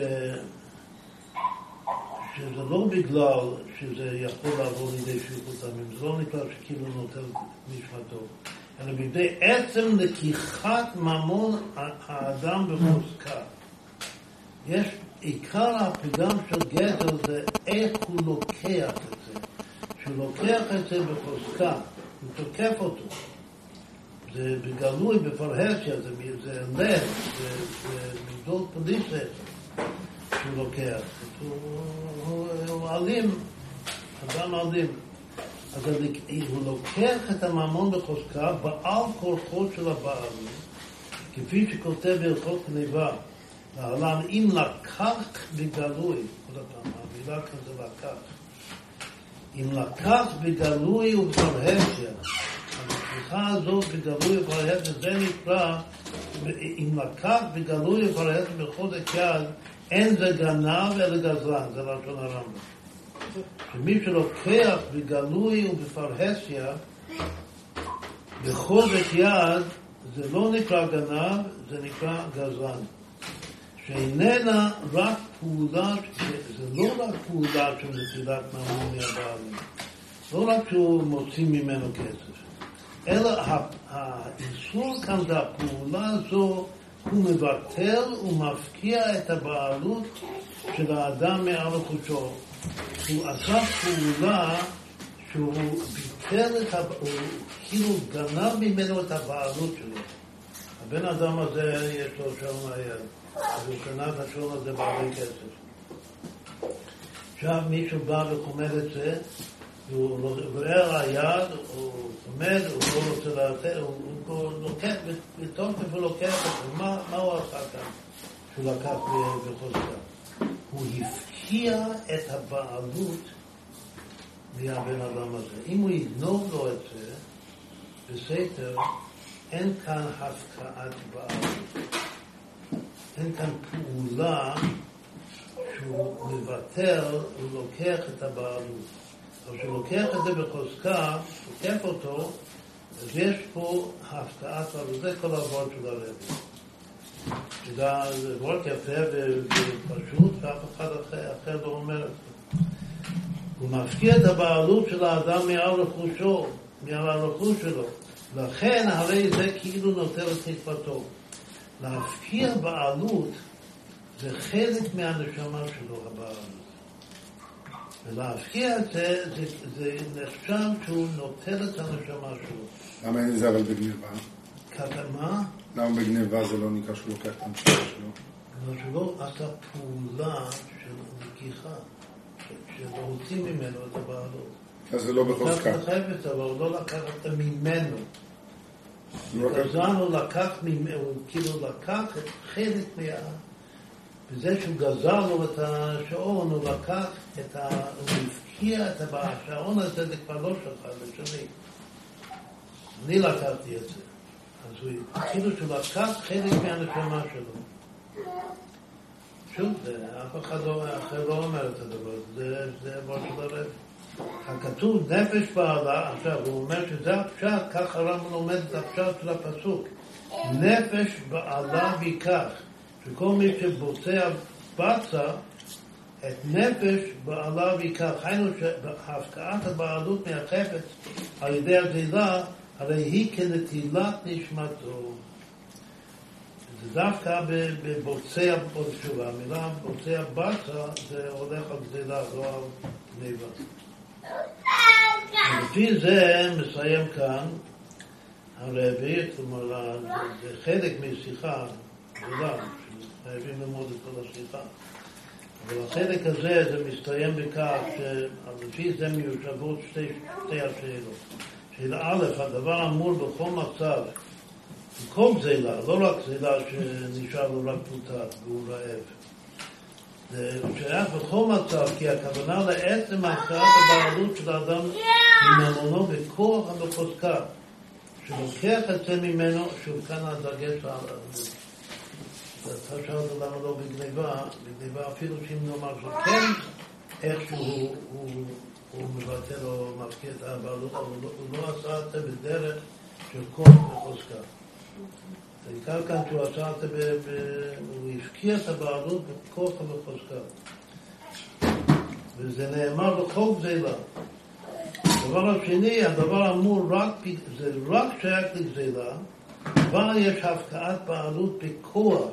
שזה לא בגלל שזה יכול לעבור לידי שפיכות דמים, זה לא נקרא שכאילו נוטל נשמתו, אלא בידי עצם לקיחת ממון האדם בחוזקה. יש עיקר הפגם של גזל זה איך הוא לוקח את זה. שהוא לוקח את זה בחוזקה, הוא תוקף אותו. זה בגלוי, בפרהסיה, זה, זה לב, זה, זה מגדול פליסה שהוא לוקח. הוא, הוא, הוא אלים, אדם אלים. אז הוא לוקח את הממון בחוזקה בעל כורחו של הבעלים, כפי שכותב בהלכות גניבה. להלן, אם לקח בגלוי, כל הפעם, המילה כאן זה לקח. אם לקח בגלוי ובפרהסיה, השיחה הזאת בגלוי ופרהסיה, זה נקרא, אם לקח בגלוי ופרהסיה בחוזק יד, אין זה גנב אלא גזלן, זה לשון הרמב"ם. שמי שלוקח בגלוי ובפרהסיה, בחוזק יד, זה לא נקרא גנב, זה נקרא גזלן. שאיננה רק פעולה, זה לא רק פעולה של נטילת ממון מהבעלים, לא רק שהוא מוציא ממנו כסף, אלא האיסור כאן זה הפעולה הזו, הוא מבטל ומפקיע את הבעלות של האדם מעל רכושו. הוא עשה פעולה שהוא ביטל את הבעלות, הוא כאילו גנב ממנו את הבעלות שלו. הבן אדם הזה יש לו שעון היד, אז הוא קנה את השעון הזה בעלי כסף. עכשיו מישהו בא וחומד את זה, הוא רואה על היד, הוא עומד, הוא לא רוצה לתת, הוא לוקח, בתוקף הוא לוקח את זה. מה, מה הוא עשה כאן? שהוא לקח בחוזקה. הוא הפקיע את הבעלות מהבן אדם הזה. אם הוא יגנוב לו את זה, בסתר, אין כאן הפקעת בעלות. אין כאן פעולה שהוא מבטל, הוא לוקח את הבעלות. אבל כשהוא לוקח את זה בחוזקה, תוקף אותו, אז יש פה הפקעת בעלות. זה כל העבוד של הרבי. זה עבוד יפה ופשוט, ואף אחד אחר לא אומר את זה. הוא מפקיע את הבעלות של האדם מעל רכושו, מעל הרכוש שלו. לכן הרי זה כאילו נוטל את תקוותו. להפקיע בעלות זה חלק מהנשמה שלו, הבעלות. ולהפקיע את זה, זה, זה נחשב שהוא נוטל את הנשמה שלו. למה אין זה אבל בגניבה? מה? למה בגניבה זה לא נקרא שהוא לוקח את הנשמה שלו? אבל שלא עשה פעולה של לקיחה, שהוציא ממנו את הבעלות. אז זה לא בחוזקה. הוא לקח את החפץ, אבל הוא לא לקח את ממנו. גזלן הוא לקח ממנו, הוא כאילו לקח את חלק מה... בזה שהוא גזל לו את השעון, הוא לקח את ה... הוא הפקיע את השעון הזה, זה כבר לא שלך, זה שלי. אני לקחתי את זה. אז הוא כאילו שהוא לקח חלק מהנשמה שלו. שוב, זה, אף אחד לא, אחר לא אומר את הדבר, זה, זה מה של הרב. הכתוב נפש בעלה, עכשיו הוא אומר שזה הפשט, כך הרמב"ם לומד את הפשט של הפסוק. נפש בעלה ויקח. שכל מי שבוצע בצע, את נפש בעלה ויקח. היינו שהפקעת הבעלות מהחפץ על ידי הגזילה, הרי היא כנטילת נשמתו. זה דווקא בבוצע, עוד שוב, המילה בוצע בצע זה הולך על גזילה, לא על גניבה. ולפי זה מסיים כאן הרבי, כלומר, זה חלק משיחה גדולה, חייבים ללמוד את כל השיחה. אבל החלק הזה, זה מסתיים בכך שלפי זה מיושבות שתי, שתי השאלות. שאלה א', הדבר אמור בכל מצב, בכל גזילה, לא רק גזילה שנשאר לו רק פוטת והוא רעב. זה שייך בכל מצב, כי הכוונה לעצם הפקעת הבעלות של האדם מממונו בכוח ובחוזקה, שלוקח את זה ממנו, שוב כאן הדגש על זה. אתה שאלת למה לא בגניבה, בגניבה אפילו שאם נאמר שכן, איכשהו הוא, הוא, הוא מבטל או מפקיע את הבעלות, אבל הוא לא, הוא לא עשה את זה בדרך של כוח וחוזקה. העיקר כאן שהוא עשה את זה, הוא הפקיע את הבעלות בכוח ובחוזקה. וזה נאמר בכל גזילה. הדבר השני, הדבר אמור רק, זה רק שייך לגזילה, אבל יש הפקעת בעלות בכוח,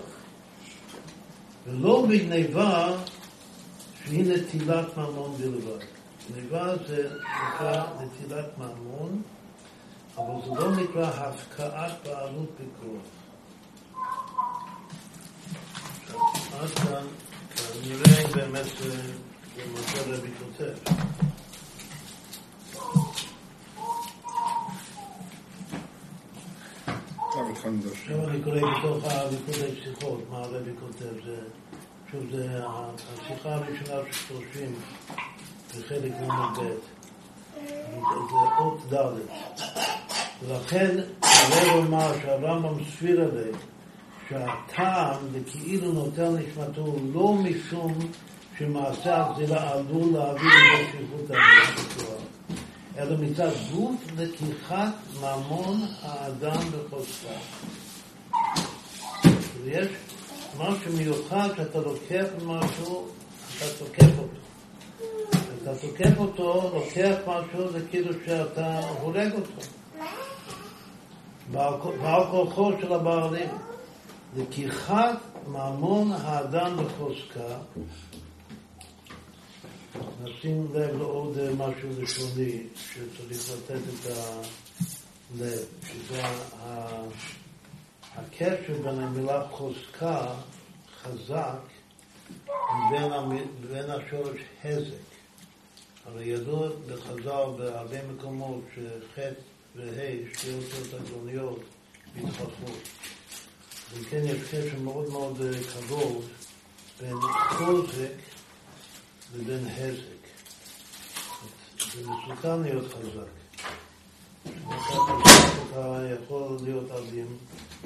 ולא בגניבה שהיא נטילת ממון בלבד. גניבה זה נקרא נטילת ממון, אבל זה לא נקרא הפקעת בעלות בכוח. עד כאן, נראה באמת זה מה שהרבי כותב. עכשיו אני קורא בתוך הליכודי שיחות, מה הרבי כותב, זה, שוב זה השיחה הראשונה של שלושים, זה חלק ממד ב', זה אות ד', ולכן הרב אומר שהרמב"ם סביר עליו שהטעם וכאילו נוטל נשמתו לא משום שמעשה הגזירה עלול להביא לשפיכות הדמים, אלא מצד גוף לקיחת ממון האדם בחוזקה. יש משהו מיוחד שאתה לוקח משהו, אתה תוקף אותו. אתה תוקף אותו, לוקח משהו, זה כאילו שאתה הורג אותו. בעל כוחו של הבעלים. לקיחת ממון האדם בחוזקה. נשים לב לעוד משהו לשוני שצריך לתת את הלב, שזה הקשר בין המילה חוזקה חזק בין, בין השורש הזק. הרי ידוע בחז"ל בהרבה מקומות שחטא והי, שתי אותיות הגרוניות, מתחלפות. וכן יש קשר מאוד מאוד קרוב בין חוזק לבין הזק. זה מסוכן להיות חזק. אתה יכול להיות אלים.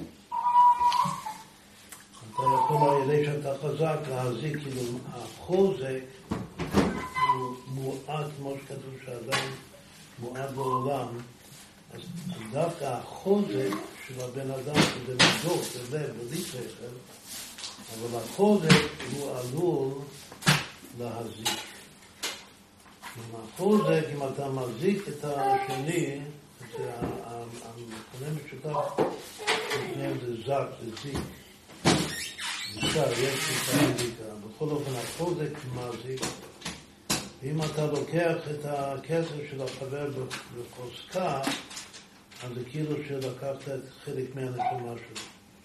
אתה יכול על ידי שאתה חזק להזיק, כאילו החוזק הוא מועט, כמו שכתוב שאדם מועט בעולם, אז דווקא החוזק של הבן אדם, שזה לדעות, זה לב, בלי שכל, אבל החוזק הוא עלול להזיק. עם החוזק, אם אתה מזיק את השני, זה המכונה משותף, לפניהם זה זק, זה זיק. זיקה, יש זיקה זיקה. בכל אופן, החוזק מזיק. ואם אתה לוקח את הכסף של החבר בחוזקה, אז זה כאילו שלקחת את חלק מהנשמה שלו.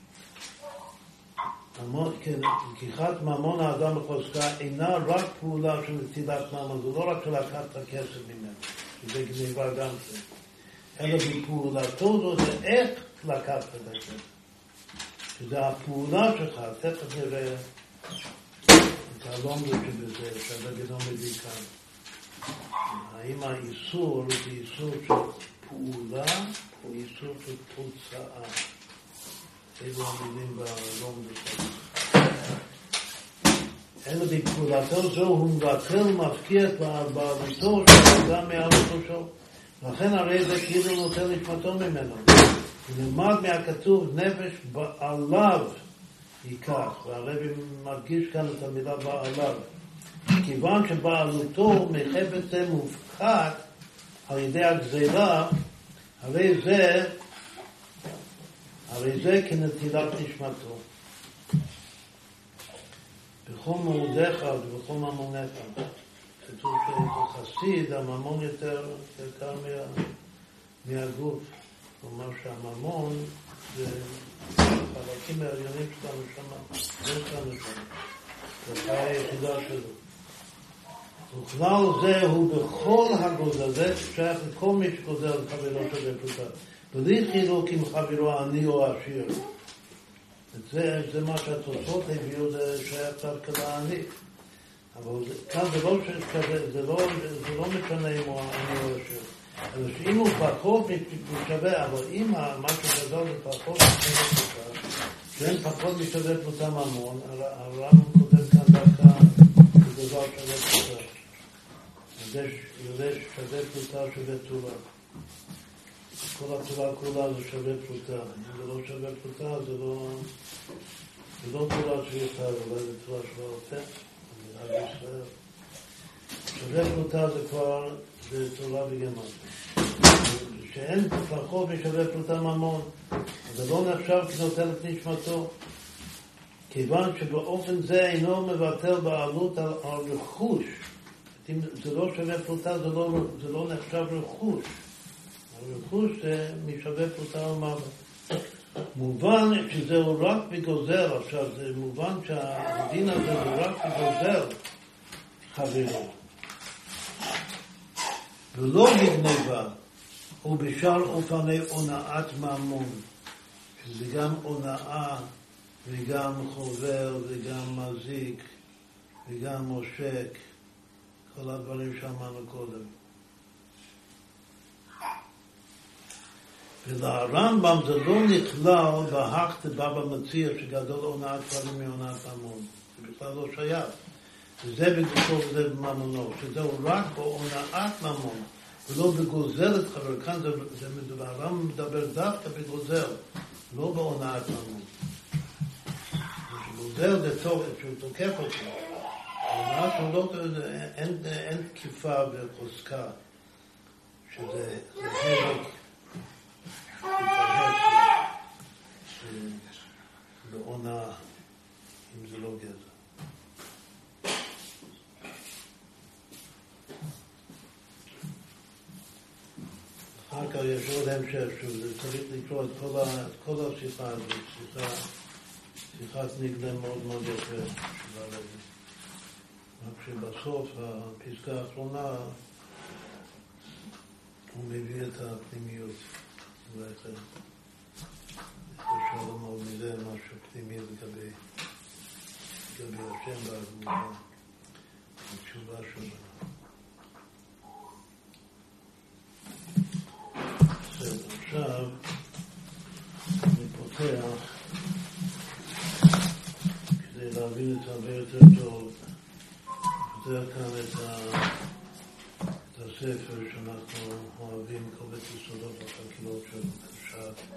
כן, לקיחת ממון האדם בחוזקה אינה רק פעולה של נטילת ממון, זה לא רק שלקחת את הכסף ממנו, שזה גניבה גם זה, אלא בפעולתו זו זה איך לקחת את הכסף. שזה הפעולה שלך, תכף נראה את הלומדות שבזה, שהבגדון מביא כאן. האם האיסור זה איסור של פעולה או איסור של תוצאה? אלו המילים בלומדות. אלא בפעולתו זו הוא מבטל מפקיע את בעלותו של אדם מעל ראשו. לכן הרי זה כאילו נוטל נשמתו ממנו. נלמד מהכתוב נפש בעליו ייקח, והרבי מדגיש כאן את המילה בעליו. כיוון שבעלותו מחפץ זה מופחת על ידי הגזירה, הרי זה הרי זה כנטילת נשמתו. בכל מאודיך ובכל ממונך. כתוב שחסיד, הממון יותר יקר מה, מהגוף. כלומר שהממון זה חלקים העליונים שלנו שמה. זה שלנו שמה. זה חי היחידה שלו. וכלל זה הוא בכל הגוזל, זה שייך לכל מי שגוזל חברו שווה פרוטה. בלי חילוק עם חברו עני או עשיר. זה, זה מה שהתוצאות הביאו, זה שייך דווקא לעני. אבל זה, כאן זה לא שווה, זה לא, זה לא משנה אם הוא עני או עשיר. אבל שאם הוא פחות משווה, אבל אם משהו גדול זה פחות משווה פרוטה, שאין פחות משווה פרוטה ממון, הרב כותב כאן דווקא זה דבר שווה פרוטה. יש שווה פרוטה שווה תורה. כל התורה כולה זה שווה פרוטה. אם זה לא שווה פרוטה, זה לא, זה לא תורה שיותר, אולי זה תורה שלא עושה. שווה פרוטה זה כבר, זה תורה בגמרא. שאין פחות משווה פרוטה ממון, אז זה לא נחשב כנוטל את נשמתו. כיוון שבאופן זה אינו מבטל בעלות על, על רכוש. אם זה לא שווה פרוטה, זה לא, זה לא נחשב רכוש. הרכוש זה משווה פרוטה ומוות. מובן שזהו רק בגוזל, עכשיו זה מובן שהדין הזה זה רק בגוזל חברו. ולא בגניבה, ובשאר אופני הונאת ממון, שזה גם הונאה וגם חובר וגם מזיק וגם מושק, כל הדברים שאמרנו קודם. ולרמב"ם זה לא נכלל בהכת בבא מציע שגדול הונאת דברים מהונאת ממון. זה בכלל לא שייך. וזה בגושו וזה בממונו, שזהו רק בהונאת ממון, ולא בגוזל את חבר. כאן זה, זה מדבר, הרמב"ם מדבר דווקא בגוזל, לא בהונאת ממון. גוזל זה טוב, שהוא תוקף אותו. הונאת ממון, אין, אין תקיפה וחוזקה, שזה חלק לעונה, אם זה לא גזע. אחר כך יש עוד המשך, שזה צריך לקרוא את כל, ה, את כל השיחה הזאת, שיחה, שיחת נגלה מאוד מאוד יפה של הלוי. רק שבסוף, הפסקה האחרונה, הוא מביא את הפנימיות. ואתה חושב מאוד מזה משהו פנימי לגבי לגבי השם והגמורה, התשובה שלו. בסדר, עכשיו אני פותח כדי להבין את זה הרבה יותר טוב. פותח כאן את ה... את הספר שאנחנו אוהבים, קובץ יסודות החקירות של קשת.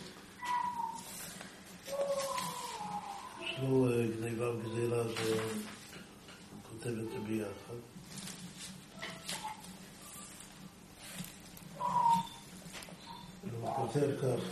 אצלו גניבה וגזילה זה כותב את זה ביחד. הוא כותב ככה.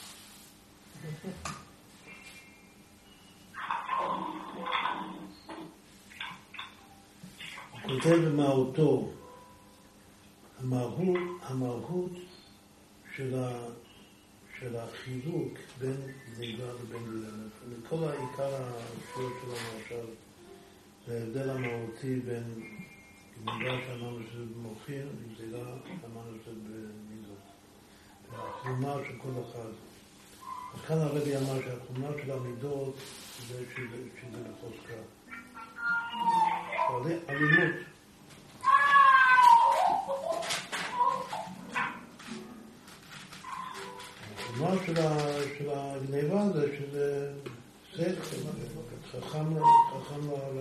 הוא כותב במהותו המהות, המהות של, ה, של החילוק בין גניבה לבין גזילה. כל העיקר השיעור שלנו עכשיו זה ההבדל המהותי בין גניבה שאמרנו שזה במוחין וגזילה שאמרנו שזה במידות. והתלונה של כל אחד. אז כאן הרבי אמר שהתלונה של המידות זה שזה, שזה בחוזקה. אלימות. מה של הגניבה זה שזה סך, חכם לעולם.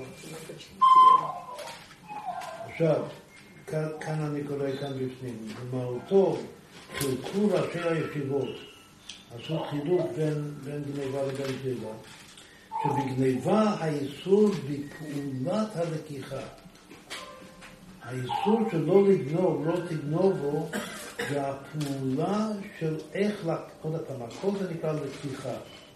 עכשיו, כאן אני קורא כאן בפנים. במהותו חילקו ראשי הישיבות, עשו חילוק בין גניבה לבין גזילה, שבגניבה האיסור בפעולת הלקיחה. האיסור שלא לגנוב, לא תגנובו, זה הפעולה של איך, עוד הפעם, הכל זה נקרא לקיחה.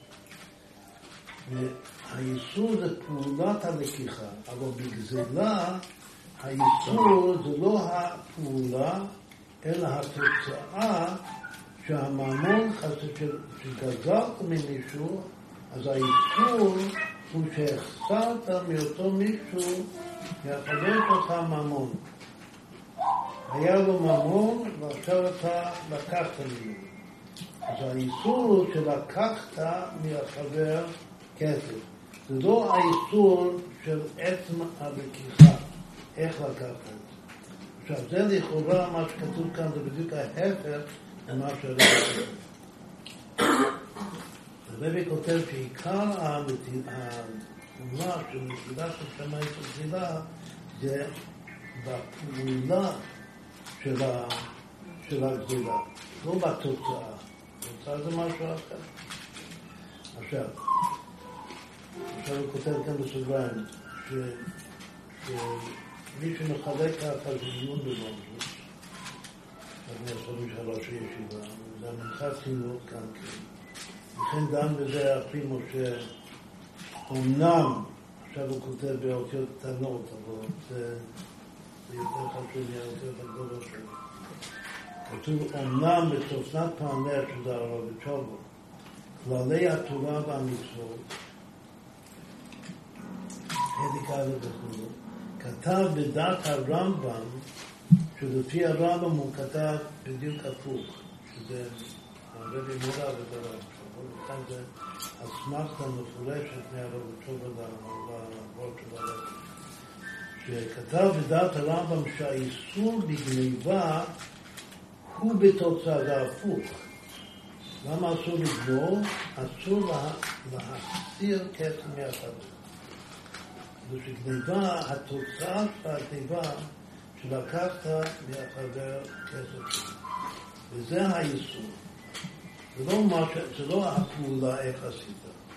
והאיסור זה פעולת הלקיחה, אבל בגזילה, האיסור זה לא הפעולה, אלא התוצאה שהממון שגזרת ממישהו, אז האיסור הוא שהחסרת מאותו מישהו להחזרת אותך ממון. היה לו ממון ועכשיו אתה לקחת ממנו. אז האיסור שלקחת מהחבר כסף. זה לא האיסור של עצם הלקיחה. איך לקחת את זה. עכשיו זה לכאורה מה שכתוב כאן זה בדיוק ההפך ממה שהרבי כותב. הרבי כותב שעיקר התמונה של נפילה של שמיים של גזילה זה בפעולה של, ה, של הגזילה, לא בתוצאה. התוצאה זה משהו אחר. עכשיו, עכשיו הוא כותב כאן בסוגריים, ש, שמי שמחלק ככה זה דיון במוזות, אני יכולים שלוש ישיבה, זה המנחת חינוך כאן כן. לכן גם בזה הפי משה, אמנם, עכשיו הוא כותב באותיות קטנות, אבל זה... זה יותר חשוב מהאותיות הגדולות שלו. כתוב, אמנם בסופנת פעמר שזה הרב צ'ובו, כללי התורה והמצוות, חלק א' וכו', כתב בדעת הרמב"ם, שלפי הרמב"ם הוא כתב בדיוק הפוך, שזה הרבי מודע ודבר. וכאן זה אסמכתה מפורשת מהרב צ'ובו והרב של הרב. שכתב בדעת הרמב"ם שהאיסור בגניבה הוא בתוצאה, זה הפוך. למה אסור לגנוב? אסור לה, להסיר כסף מהחבר. זו שגניבה, התוצאה של הגניבה שלקחת מהחבר כסף. וזה האיסור. זה לא, מה, זה לא הפעולה איך עשית.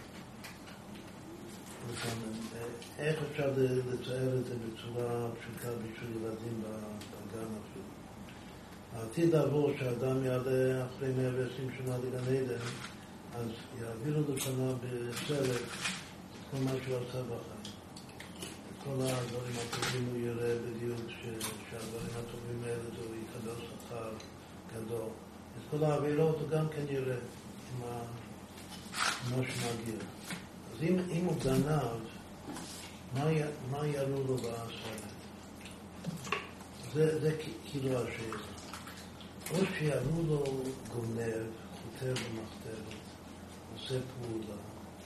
איך אפשר לצייר את זה בצורה פשוטה בשביל ילדים בגן אפילו. העתיד לבוא שהאדם יעלה אחרי מאה ועשרים שנה לגן עדן, אז יעבירו לשנה בסרט כל מה שהוא עשה בחיים. כל הדברים הטובים הוא יראה בדיוק שהדברים הטובים האלה זה הוא יקבל שכר גדול. אז כל העבירות הוא גם כן יראה עם מה שמגיע. אז אם, אם הוא גנב, מה, מה יראו לו בסרט? זה, זה כאילו השאלה. או שיראו לו גונב, חותר במחתרת, עושה פעולה.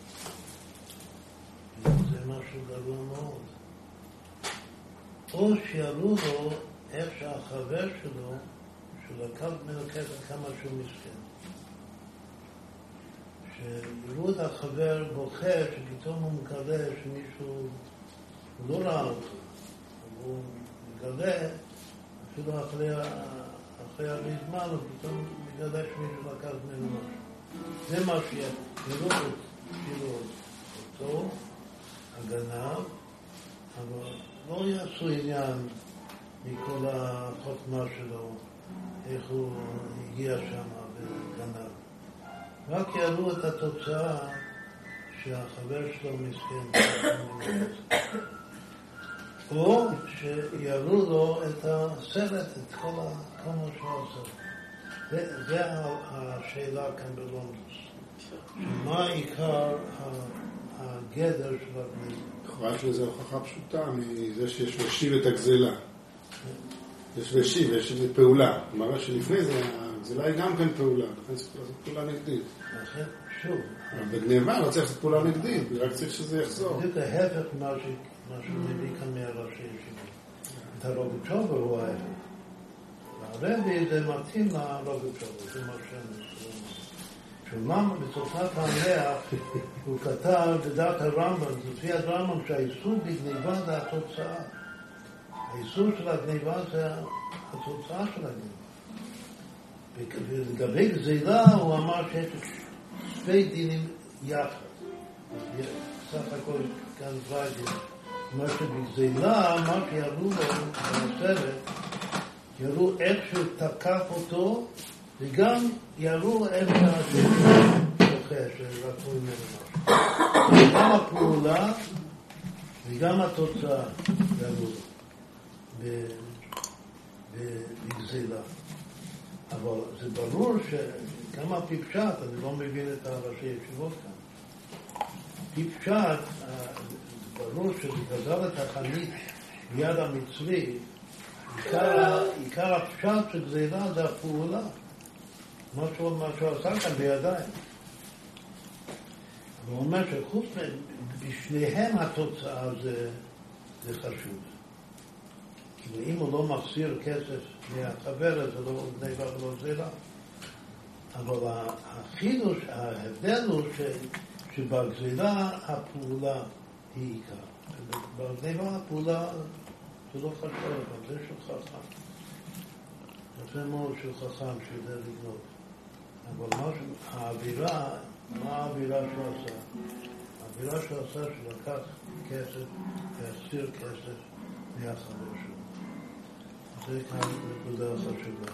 זה משהו גרוע מאוד. או שיראו לו איך שהחבר שלו, שלקח ממנו כסף כמה שהוא מסכן. שיראו את החבר בוכה, שפתאום הוא מגלה שמישהו לא ראה אותו. הוא מגלה, אפילו אחרי, אחרי הרבה זמן, הוא פתאום מגלה שמישהו לקח ממנו משהו. זה מה שיראו כאילו אותו, הגנב, אבל לא יעשו עניין מכל החוכמה שלו, איך הוא הגיע שם וגנב. רק יראו את התוצאה שהחבר שלו מסכן. או שיראו לו את הסרט, את כל, כל מה שהוא עושה. זה, זה השאלה כאן בלונדוס. שמה עיקר הגדר של הגניבה? לכאורה שזו הוכחה פשוטה מזה שיש ושיב את הגזלה. יש ושיב, יש פעולה. כלומר שלפני זה, הגזלה היא גם כן פעולה. לכן צריך לעשות פעולה נגדית. לכן, שוב. בגניבה לא צריך לעשות פעולה נגדית, רק צריך שזה יחזור. בדיוק ההפך מה שהוא מביא כאן מהראשי ישיבות. את הרוגצ'ובר הוא ההפך. והרבי זה מתאים לרוגצ'ובר, זה מה שהם עושים. שומם בסופת המאה הוא כתב בדעת הרמב"ם, לפי הרמב"ם שהאיסור בגניבה זה התוצאה. האיסור של הגניבה זה התוצאה של הגניבה. ולגבי גזילה הוא אמר שיש שתי דינים יחד. סך הכל כאן דברים. מה שבגזילה, מה שיראו לו בסרט, יראו איך שהוא תקף אותו, וגם יראו איך שהשני זוכה שרצו ממנו משהו. גם הפעולה וגם התוצאה יראו בגזילה. אבל זה ברור שגם הפיפשט, אני לא מבין את הראשי ישיבות כאן. פיפשט, ברור שזה גזל את החנית ביד המצרי, עיקר הפשט של גזילה זה הפעולה. משהו, משהו עשה כאן בידיים. הוא אומר שחוץ בשניהם התוצאה זה, זה חשוב. כאילו אם הוא לא מחזיר כסף מהחבר, זה לא גניבה ולא גזילה. אבל החידוש, ההבדל הוא ש, שבגזילה הפעולה היא עיקר. בגניבה הפעולה זה לא חשוב, אבל זה של חכם. יפה מאוד של חכם שיודע לגנוב. אבל מה האווירה, מה האווירה שהוא עשה? האווירה שהוא עשה שלקח כסף, להסתיר כסף מהחבר שלו. זה כאן נקודה חשובה.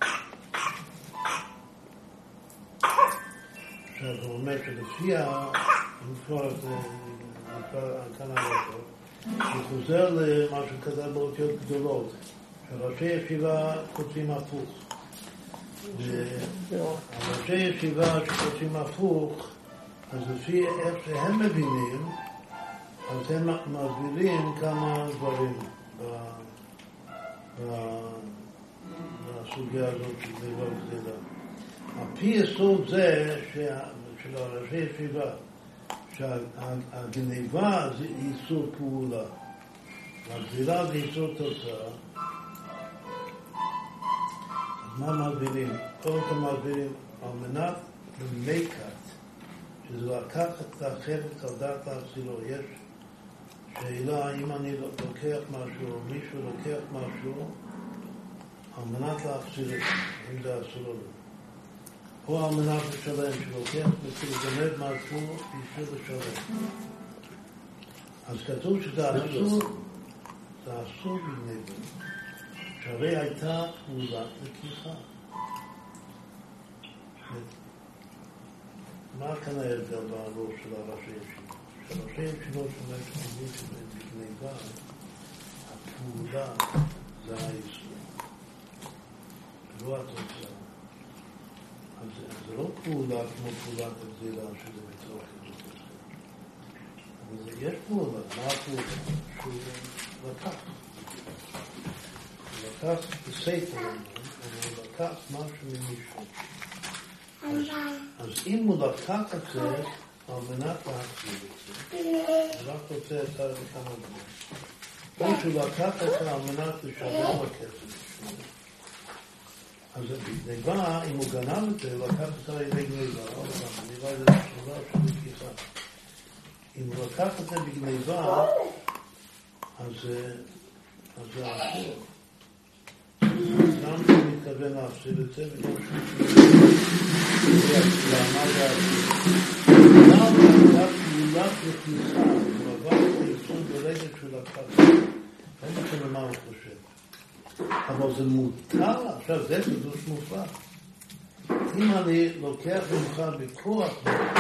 עכשיו הוא אומר שלפי המפרט, כאן הרשות, הוא חוזר למה שכתב באותיות גדולות, שראשי ישיבה כותבים הפוך. ראשי ישיבה שכותבים הפוך, אז לפי איך שהם מבינים, אז הם מסבירים כמה דברים בסוגיה הזאת של גניבה וגזילה. הפי יסוד זה של הראשי ישיבה, שהגניבה זה איסור פעולה, והגזילה זה איסור תוצאה. אז מה מסבירים? קודם כל מסבירים על מנת במיקת, שזה לקחת את החלק על דעת האצילו. יש שאלה אם אני לוקח משהו, או מישהו לוקח משהו, על מנת להחזיר את זה, אם זה אסור לו. פה על מנת לשלם, שלוקח כאילו גונב משהו, בשביל לשלם. אז כתוב שזה אסור, זה אסור בגנבה. שהרי הייתה פעולת לקיחה. מה כאן ההבדל בעבור של הראשי שלו? שהראשי שלו שאומרים שאומרים שבגנבה, הפעולה זה האיסור. לא התוצאה. אז זה לא פעולה כמו פעולת הגזילה שזה בתוך ידות אחר. אבל יש פעולה. מה הפעולה? שהוא לקח. הוא לקח בסייטר, אבל הוא לקח משהו ממישהו. אז, אז אם הוא לקח את זה, על מנת להחזיר את זה, הוא רק רוצה את זה לכמה דברים. או שהוא לקח את זה על מנת לשלם בכסף. אז בגניבה, אם הוא גנב את זה, הוא לקח את זה על ידי גניבה, עוד פעם, גניבה זה שאלה של לקיחה. אם הוא לקח את זה בגניבה, אז זה אסור. גם שהוא מתכוון להפסיד את זה, וגם שהוא למה זה אסור. גם הייתה פעולת לקיחה, הוא עבר את האיסור ברגע שהוא לקח את זה. אין לכם מה הוא חושב. אבל זה מותר, עכשיו זה חידוש מופלא. אם אני לוקח ממך בכוח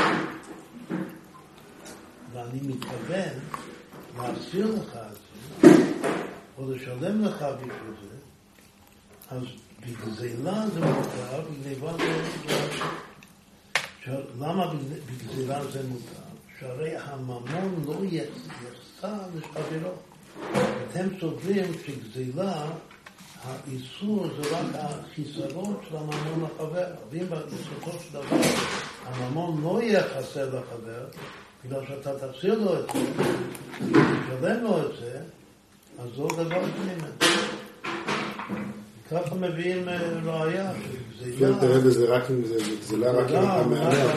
ואני מתכוון להחזיר לך את זה או לשלם לך בשביל זה, אז בגזילה זה מותר, בגניבה זה מותר. למה בגזילה זה מותר? שהרי הממון לא יחסר לשחברו. אתם סובלים שגזילה האיסור זה רק החיסרון של הממון לחבר. ואם בסופו של דבר הממון לא יהיה חסר לחבר, בגלל שאתה תחזיר לו את זה, תשלם לו את זה, אז זו דבר פנימי. ככה מביאים ראייה של גזילה. כן, תראה בזה רק אם זה גזילה, רק אם אתה מערב.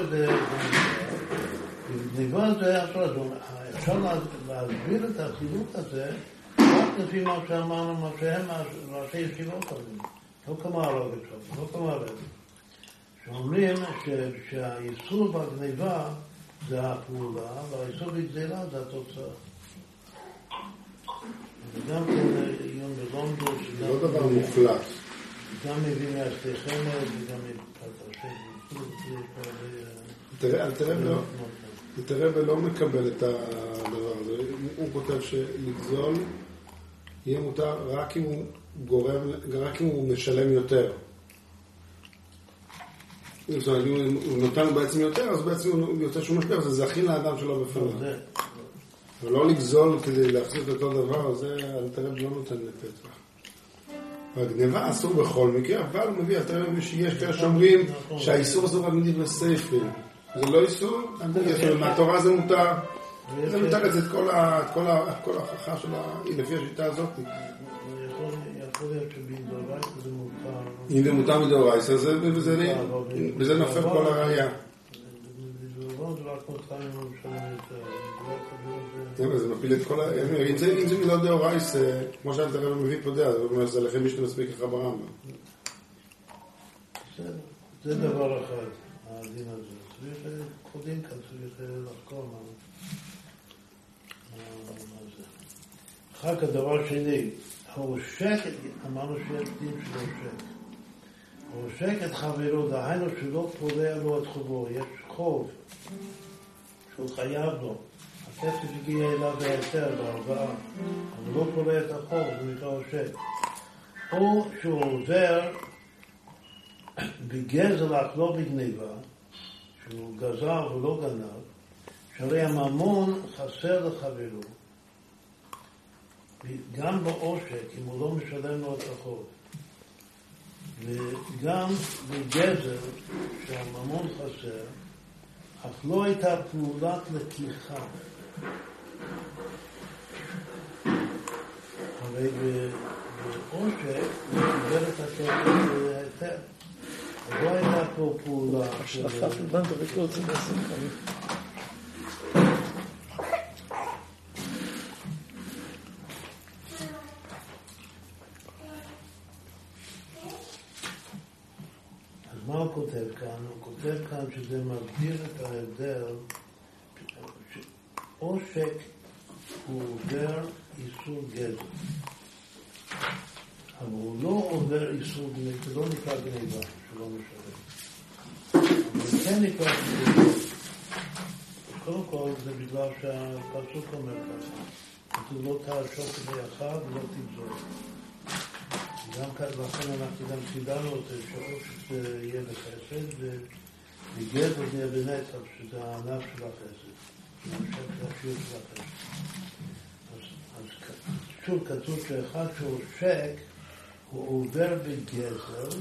בגניבה זה אפשר להסביר את החילוק הזה רק לפי מה שאמרנו, מה שהם ראשי ישיבות עליהם. לא כמו הרב עכשיו, לא כמו הרב. שאומרים שהאיסור בגניבה זה הפעולה, והאיסור בגזילה זה התוצאה. וגם כן עיון בלונדו, זה לא דבר מוחלט. גם מביא מהשתי חמד, וגם מפתח השם. תראה ולא מקבל את הדבר הזה. הוא כותב שלגזול יהיה מותר רק אם הוא גורם, רק אם הוא משלם יותר. זאת אומרת, אם הוא נותן בעצם יותר, אז בעצם הוא יוצא שהוא משפר, זה זכין לאדם שלו בפניו. ולא לגזול כדי להחזיר את אותו דבר, זה אלתרעב לא נותן לפתח. הגניבה אסור בכל מקרה, אבל הוא מביא, אלתרעב שיש כאלה שאומרים שהאיסור הזה רק מדברי ספר. זה לא איסור, מהתורה זה מותר. זה מתאר את כל ההוכחה של לפי השיטה הזאת. יכול להיות שבדאורייתא זה מותר. אם זה מותר מדאורייתא, וזה נופל כל הראייה. בדאורייתא זה רק מותר אם הוא משלם יותר. זה מפיל את כל ה... אם זה מילות דאורייתא, כמו שאלתרעב מביא פה דעה, זה אומר שזה לכם מישהו מספיק לך ברמב"ם. זה דבר אחד, הדין הזה. צריך קודם כאן, צריך לחקור מה זה. אחר כך דבר שני, העושק, אמרנו שיש דין של עושק. העושק את חברו, דהיינו שלא פולע לו את חובו, יש חוב שהוא חייב לו. הכסף הגיע אליו בהיתר, בהלוואה, אבל לא פולע את החוב, זה נקרא עושק. או שהוא עובר בגזל אך לא בגניבה, שהוא גזר ולא גנב, שהרי הממון חסר לחברו, גם בעושק, אם הוא לא משלם לו את החוב, וגם בגזל שהממון חסר, אך לא הייתה פעולת לקיחה. הרי בעושק הוא קיבל את הכסף להיתר. לא הייתה פה פעולה. השלכה של בנק הריקות זה בעצם כאן. מה הוא כותב כאן? הוא כותב כאן שזה מגדיר את ההבדל שעושק הוא עובר איסור גזל, אבל הוא לא עובר איסור גנבה, זה לא נקרא גנבה, שלא משנה. אבל כן נקרא גנבה. קודם כל זה בגלל שהפסוק אומר ככה, אתה לא תעשוק ביחד ולא תגזול. גם כאן, לכן אנחנו גם סידרנו את זה, שעושק זה יהיה בחסד, וגזל זה יהיה בנצח, שזה הענף של החסד. זה השיעור של החסד. אז שוב כתוב שאחד שעושק, הוא עובר בגזל,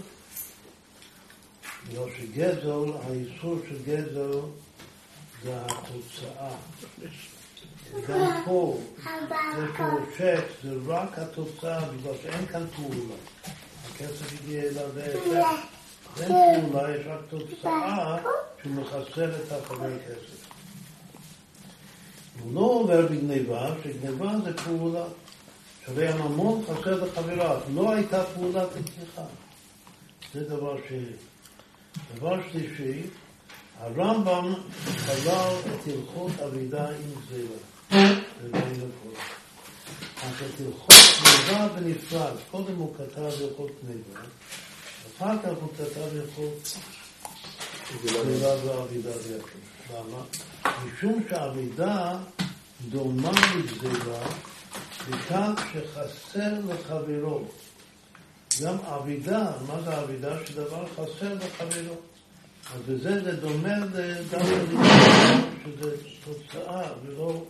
בגלל שגזל, האיסור של גזל זה התוצאה. גם פה, זה שעושק, זה רק התוצאה, בגלל שאין כאן פעולה. הכסף הגיע אליו והפך. אין פעולה, יש רק תוצאה שמחסל את החבר כסף. הוא לא עובר בגניבה, שגניבה זה פעולה. שווה הממון חסר לחברה, לא הייתה פעולת לקיחה. זה דבר שני. דבר שלישי, הרמב"ם כלל את הלכות אבידה עם גזילה. זה גם לכל. אך את הלכות גניבה בנפרד. קודם הוא כתב הלכות גניבה, אחר כך הוא כתב הלכות גזילה ואבידה ביחד. למה? משום שהאבידה דומה לגזילה, בכך שחסר לחברו. גם אבידה, מה זה אבידה? שדבר חסר לחברו. אז בזה זה דומה גם לגזילה, שזה תוצאה, ולא...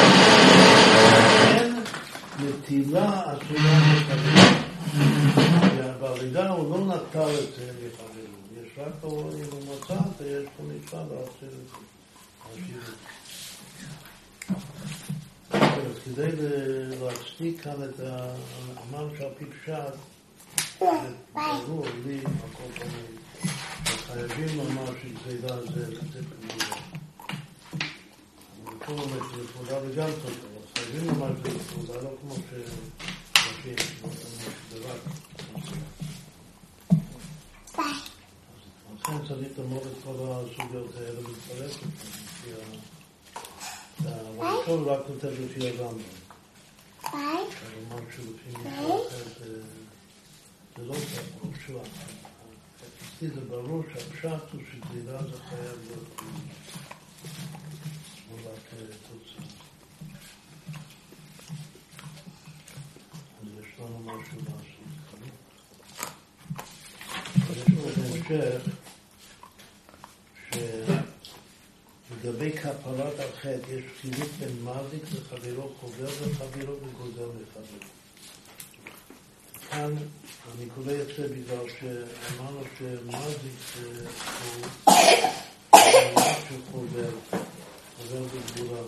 אין נטילה אסורה לחברו. באבידה הוא לא נטל את זה לחברו. יש רק פה, אם הוא מצא, יש פה נצפה להחסר את זה. אז כדי להצדיק כאן את האמן שעל פי פשט, זה ברור לי, הכל פעמים, חייבים לומר שגזילה זה פעולה. אני כל אומר שזה פעולה וגם טוב, אבל חייבים לומר שזה פעולה, לא כמו שראשים, שזה רק. לכן צריך ללמוד את כל הסוגיות האלה ולהתפרק לפי אבל הכל רק כותב לפי הרמב"ם. הרמב"ם שלפי מישהו אחר זה לא ככה, שוב, אצלי זה ברור שהפשט הוא שגזילה זה חייב להיות מולק תוצאה. אז יש לנו משהו לעשות. יש עוד המשך לגבי כפרת על חטא, יש חילוק בין מזיק לחברו, חובר לחברו וגוזל לחברו. כאן אני קורא את זה בגלל שאמרנו שמזיק זה הוא שחובר, חובר בגבולה.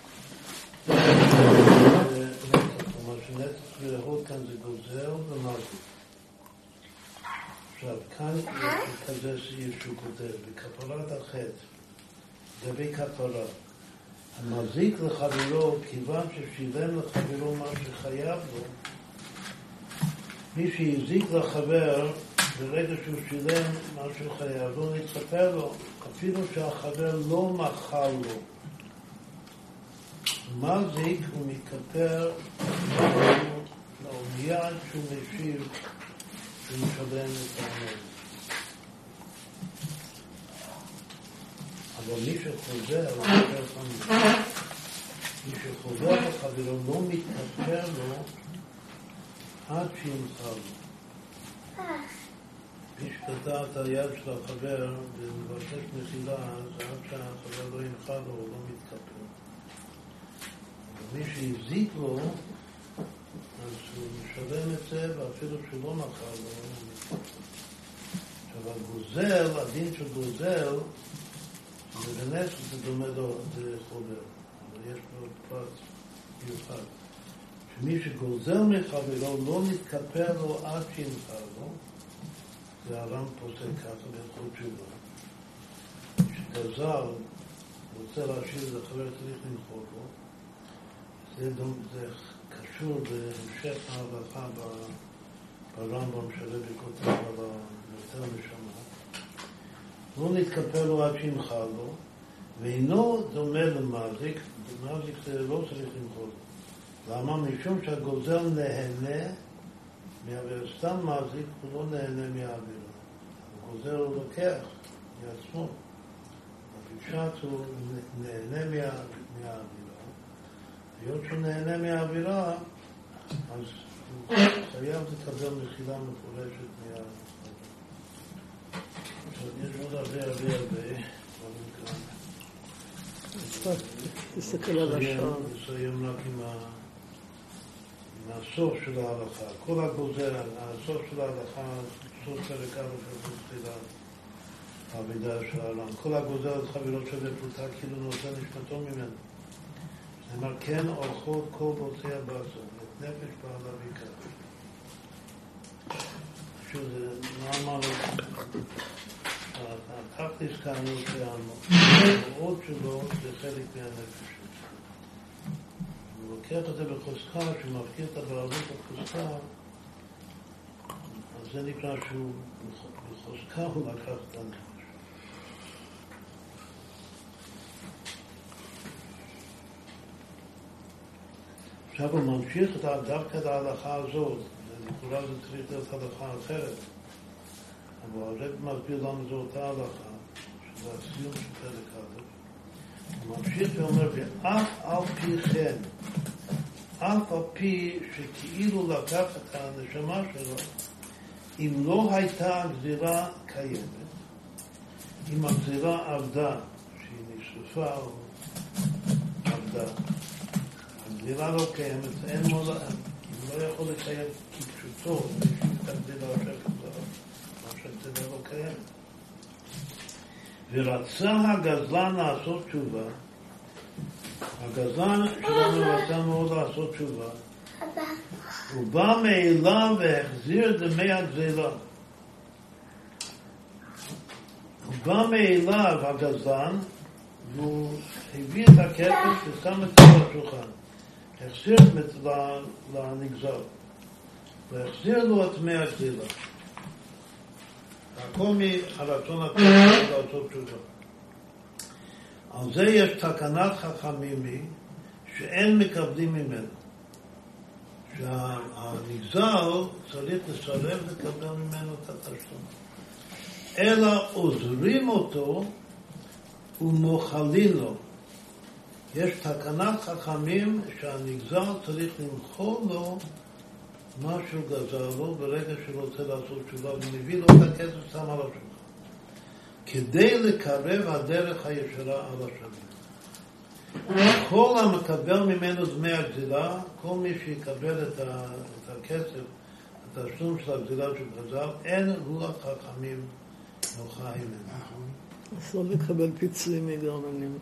כלומר שנצח והוד כאן זה גוזל ומזיק. עכשיו, כאן יש כזה שהוא כותב, בכפרת על חטא, לגבי כפרה. המזיק לחברו, כיוון ששילם לחברו מה שחייב לו, מי שהזיק לחבר, ברגע שהוא שילם מה שחייב לו, נתספר לו, אפילו שהחבר לא מחל לו. מזיק הוא מתכפר לו מיד שהוא משיב, שהוא משלם את העמוד. אבל מי שחוזר, מי שחוזר לחברו לא מתכפר לו עד שימחל לו. מי שקטע את היד של החבר ומבקש מחילה, זה עד שהחבר לא ימחל לו, הוא לא מתכפר. אבל מי שהזיק לו, אז הוא משלם את זה, ואפילו שהוא לא מחל לו, הוא לא מתכפר. עכשיו, הגוזל, הדין של גוזל, זה בנס, זה דומה לו, זה חובר. אבל יש פה פרט מיוחד. שמי שגוזל מחברו לא מתכפר לו עד שימחל לו, זה הר"ן פוסק ככה בהלכות תשובה. כשגזל רוצה להשאיר את החבר צריך למחוק לו, זה, זה קשור בהמשך ההלכה ברמב"ם שווה בכותב על יותר נשמה. לא נתקפל לו עד שימחל לו, ואינו דומה למזיק, מזיק זה לא צריך למחול. למה? משום שהגוזל נהנה מהעבירה. סתם מזיק הוא לא נהנה מהעבירה. הגוזל הוא לוקח מעצמו. הפשט הוא נהנה מהעבירה. היות שהוא נהנה מהעבירה, אז הוא חייב לקבל מחילה מפורשת מהעבירה. יש עוד הרבה הרבה הרבה. תסתכל על השעון. נסיים רק עם הסוף של ההלכה. כל הגוזל, הסוף של ההלכה, סוף פרק א' של תחילה, העבידה של העולם. כל הגוזל את חברות של פרוטה כאילו נושא נשמתו ממנו. זאת אומרת, כן אורחות כל בוצע הבשר, את נפש בעלה ויקר. שוב, זה מה אמרנו? כך נזכרנו שהמאוד שלו זה חלק מהנפש. הוא לוקח את זה בחוזקה, שהוא מפקיר את הבעלות בחוזקה, אז זה נקרא שהוא בחוזקה הוא לקח את הנפש. עכשיו הוא ממשיך דווקא את ההלכה הזאת, לכאורה זה צריך להיות הלכה אחרת. אבל הרב מסביר לנו זו אותה הלכה, שזה הסיום של פרק א'. הוא ממשיך ואומר, ואף על פי כן, אף על פי שכאילו לקח את הנשמה שלו, אם לא הייתה הגזירה קיימת, אם הגזירה עבדה, שהיא נשרפה או עבדה, הגזירה לא קיימת, אין מולה, הוא לא יכול לקיים כפשוטו, יש את הגזירה של הגזירה. זה לא קיים. ורצה הגזלן לעשות תשובה, הגזלן שלנו רצה מאוד לעשות תשובה, הוא בא מאליו והחזיר דמי הגזלה. הוא בא מאליו הגזלן, והוא הביא את הכסף ושם את זה לשולחן. החזיר לנגזל, והחזיר לו את דמי הגזלה. הכל מהרצון הטוב לעשות תשובה. על זה יש תקנת חכמים היא שאין מקבלים ממנו. שהנגזל צריך לסרב לקבל ממנו את התשלום. אלא עוזרים אותו ומוחלים לו. יש תקנת חכמים שהנגזל צריך למחול לו מה שהוא גזר לו ברגע שהוא רוצה לעשות תשובה ומביא לו את הכסף שם על השולחן כדי לקרב הדרך הישרה על השני. כל המקבל ממנו דמי הגזילה, כל מי שיקבל את, ה, את הכסף, את השלום של הגזילה שהוא גזר, אין רוח חכמים נוחה ממנו. אסור לקבל פיצויים מגרמנים.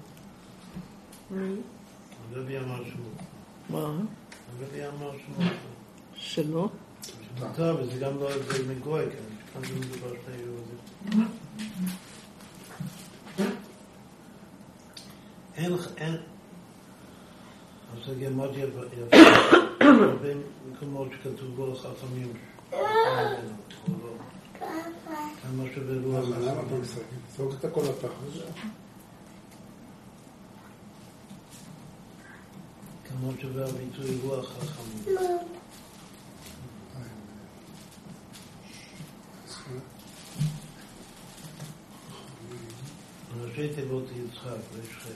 הרבי אמר שהוא. מה? הרבי אמר שהוא. שלא? מותר, וזה גם לא זה מגוי, כאן זה מדובר שני יהודים. אין, אין, אז זה גמד יפה, הרבה מקומות שכתוב בו חכמים, כמה שווה רוח חכמים. למה אתה מסתכל? תזרוק את הכל לפח, וזהו. כמה שווה הביטוי רוח חכמים. ראשי תיבות יצחק, ויש חטא.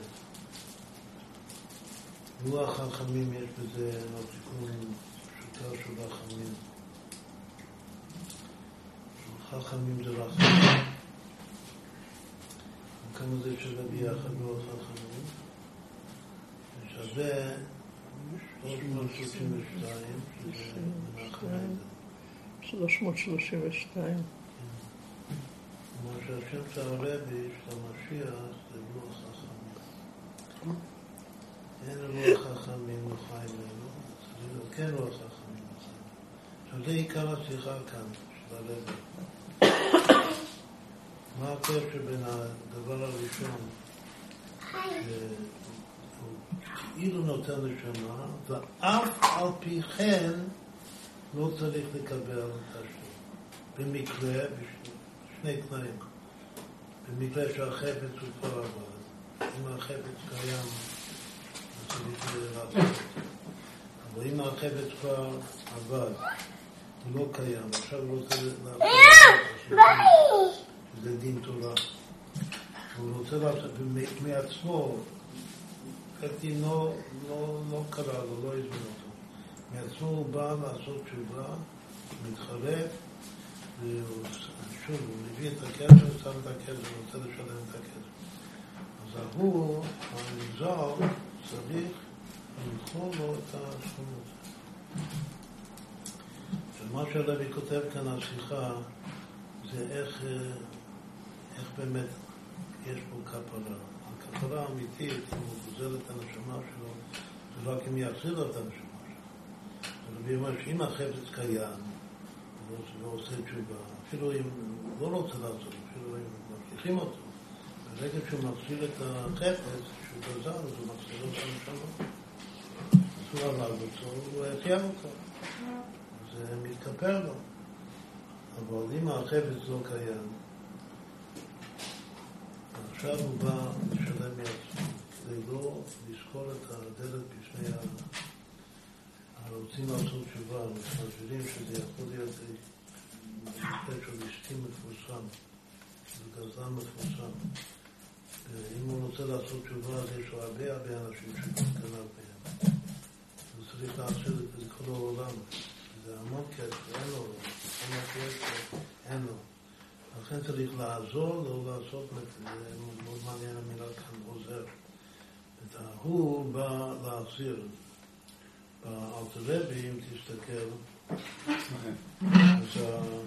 רוח חכמים יש בזה נותיקון פשוטה של רחמים. חכמים זה רחמים. כמה זה שווה ביחד רוח חכמים? שווה שלוש מאות שלושים ושתיים, שזה מנחם עדן. שלוש מאות שלושים ושתיים. מה שהשם של הרבי של המשיח זה רוח חכמים. אין רוח חכמים נוחה ממנו, זה כן רוח חכמים נוחה. עכשיו זה עיקר השיחה כאן של הרבי. מה הקשר בין הדבר הראשון, שהוא כאילו נותן נשמה, ואף על פי כן לא צריך לקבל תשלום. במקרה, בשני תנאים. במקרה שהחפץ הוא כבר עבד. אם החפץ קיים, אז צריך לעשות. אבל אם החפץ כבר עבד, הוא לא קיים, עכשיו הוא רוצה לעשות, שזה דין תורה. הוא רוצה לעשות, ומעצמו, פרטי לא, לא, לא קרא לו, לא הזמין אותו. מעצמו הוא בא לעשות תשובה, הוא מתחרט, ושוב, הוא מביא את הכסף, הוא שם את הכסף, הוא רוצה לשלם את הכסף. אז הוא, הנגזר, צריך למכור לו את השכונות. ומה שהרבי כותב כאן על שיחה, זה איך, איך באמת יש פה כפרה. הכפרה האמיתית, אם הוא גוזל את הנשמה שלו, זה רק אם יחזיר לו את הנשמה שלו. הרבי אומר שאם החפץ קיים, הוא עושה תשובה, אפילו אם לא רוצה לעשות, אפילו אם מבטיחים אותו, ברגע שהוא מחזיר את החפץ, שהוא גזל, אז הוא מחזיר לו את הנשמה. אז הוא עמד אותו, הוא החיה אותו. זה מתכפר לו. אבל אם החפץ לא קיים, עכשיו הוא בא לשלם מעצמו, כדי לא לזכור את הדלת בפני הרוצים לעשות תשובה, מסבירים שזה יכול להיות משפט של אשתי מפורסם, זה גזלן מפורסם. אם הוא רוצה לעשות תשובה, אז יש לו הרבה הרבה אנשים שגנב בהם. הוא צריך לעשות את זה כל העולם. זה המון כסף, אין לו, אין לו כסף, אין לו. לכן צריך לעזור לו לעשות, זה מאוד מעניין המילה כאן, עוזר. הוא בא להחזיר. באלתר רבי, אם תסתכל, אז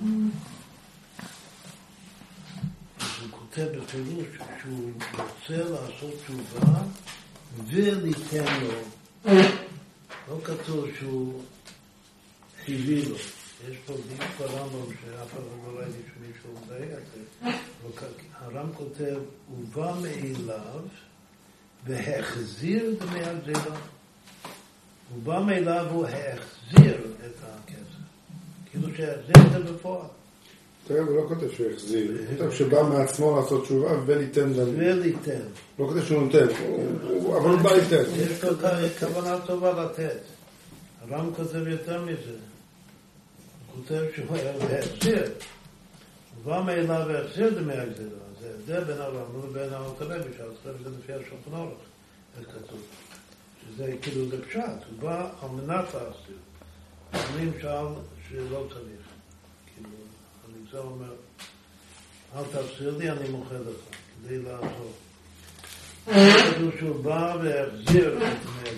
הוא כותב בפירוש שהוא רוצה לעשות תשובה וליתן לו. לא כתוב שהוא חיווי לו. יש פה דיוק ברמב"ם שאף אחד לא ראיתי שמישהו מדייק את זה. הרמב"ם כותב, הוא בא מאליו והחזיר דמי הגזלה. הוא בא מאליו והוא החזיר את הכסף. כאילו שהחזיר את זה בפועל. תראה, הוא לא כותב שהוא החזיר. הוא כותב שבא מעצמו לעשות תשובה וליתן לנו. וליתן. לא כותב שהוא נותן, אבל הוא בא ליתן. יש לו כוונה טובה לתת. הרמב"ם כותב יותר מזה. הוא כותב שהוא החזיר. הוא בא מאליו והחזיר דמי הגזלה. זה הבדל בין הרמב"ם לבין האלתר רבי, שהאלתר רבי זה לפי השולחן ערוך. זה כתוב. שזה כאילו זה פשט, הוא בא על מנת להחזיר. אומרים שם שלא צריך. כאילו, הנגזר אומר, אל תחזיר לי, אני מוכר לך, כדי לעזור. כתוב שהוא בא והחזיר את דמי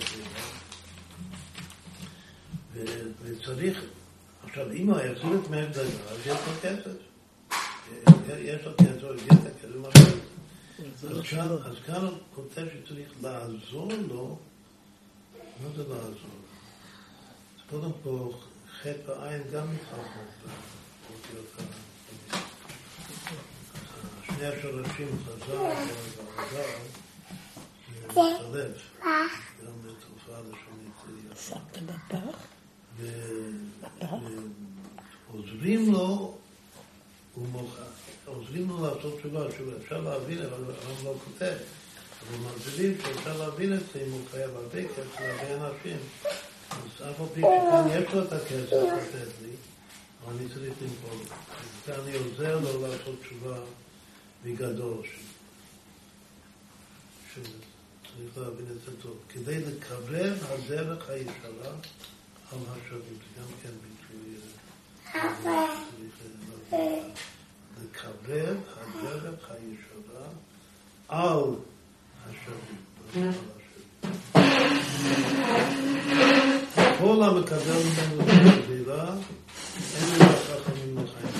הגזלה. וצריך, עכשיו, אם הוא יחזיר את דמי הגזלה, אז יש לו כסף. יש לו כסף, יש לו כסף. אז כאן הוא כותב שצריך לעזור לו. מה זה לעזור? אז קודם כל, חטא בעין גם מתחלקות באותיות שני השורשים חזר ועזר ומצטלב גם בתופעה לשונית. שמת בפח? ועוזרים לו, עוזרים לו לעשות תשובה, אפשר להבין, אבל הרב לא כותב. אבל מגזירים שאפשר להבין את זה אם הוא חייב הרבה כסף להרבה אנשים. אז אף על פי שכאן יש לו את הכסף לתת לי, אבל אני צריך למכור. וכאן אני עוזר לו לעשות תשובה בגדול. שצריך להבין את זה טוב. כדי לקרב הדרך הישרה על השווים. זה גם כן ביטוי. צריך לקרב הדרך הישרה על השווים. כל המקבל ממנו בגזילה, אין לי חכמים לחיים.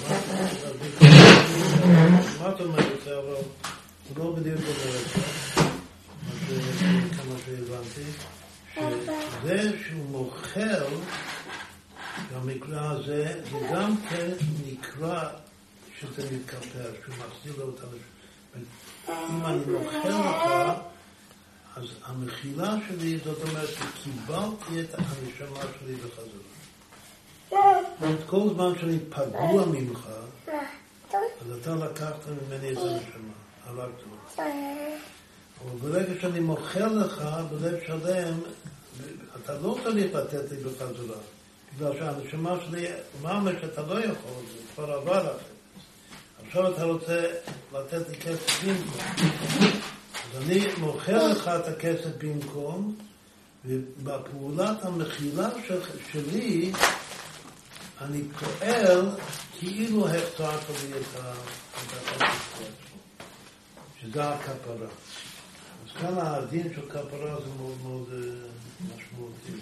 מה אתה אומר את זה, אבל הוא לא בדיוק אומר את זה, כמה שהבנתי, שזה שהוא מוכר, במקרה הזה, זה גם כן נקרא שזה מתכפר, שהוא מחזיר לו את הנשמה. אם אני מוכר לך, אז המחילה שלי, זאת אומרת, שקיבלתי את הנשמה שלי בחזרה. כל זמן שאני פגוע ממך, אז אתה לקחת ממני את הנשמה, הלכת לו. אבל ברגע שאני מוכר לך, בלב שלם, אתה לא צריך לתת לי בחזרה. בגלל שהנשמה שלי, ממש אתה לא יכול, זה כבר עבר אחרת. עכשיו אתה רוצה לתת לי כסף במקום. אז אני מוכר לך את הכסף במקום, ובפעולת המחילה שלי, אני פועל כאילו החזרת לי את הכסף. שזה הכפרה. אז כאן הדין של כפרה זה מאוד מאוד משמעותי.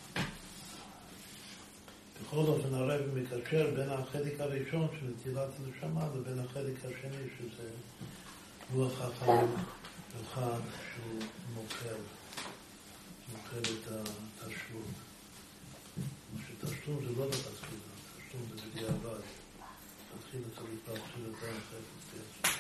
בכל אופן הרב מקשר בין החלק הראשון של נטילת הנשמה לבין החלק השני שזה רוח החיים אחד שהוא מוקר, מוקר את התשלום. שתשלום זה לא בתחילה, תשלום זה בדיעבד. תתחיל צריך להתחיל את החלק.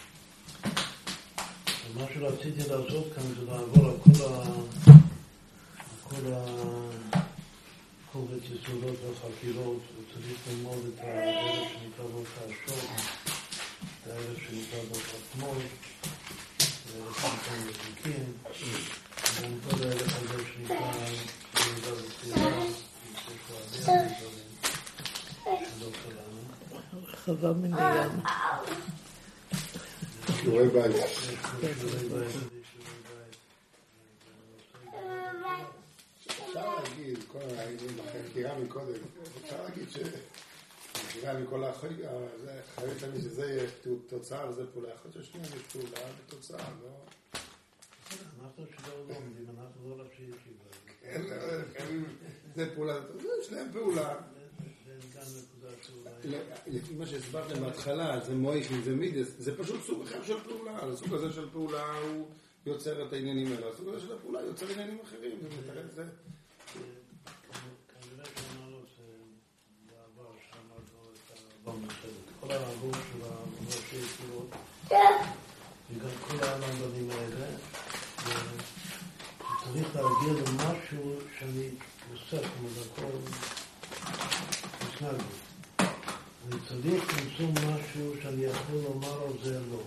ומה שרציתי לעשות כאן זה לעבור על כל ה... כל ה... קובץ יסודות וחקירות, וצריך ללמוד את הערך שנקרא בו השור, את הערך שנקרא בו התמול, את הערך שנקרא מזיקים, וגם כל הערך הזה שנקרא מידע וצעירה, וצריך להביע את הדברים שלא שלנו. רחבה מן הים. שיעורי בית. שיעורי בית. אפשר להגיד, כל החקירה מקודם, אפשר להגיד שהחקירה מכל החיים, חייב תמיד שזה תוצאה וזה פעולה. יכול להיות ששנייה יש פעולה ותוצאה, לא? אנחנו שלא לומדים, אנחנו לא רק שישיבה. זה פעולה, יש להם פעולה. לפי מה שהסברתם בהתחלה, זה מויכים, זה מידס, זה פשוט סוג אחר של פעולה. הסוג הזה של פעולה הוא יוצר את העניינים האלה. הסוג הזה של הפעולה יוצר עניינים אחרים. זה מתאר את זה. כנראה שאמרנו שבעבר שאמרנו את הרבון מחלק. כל הרבון של הראשי ישיבות, וגם כל הרבונים האלה, צריך להגיע למשהו שאני עושה, כמו זה הכל מסנגו. אני צריך למצוא משהו שאני יכול לומר על זה לא.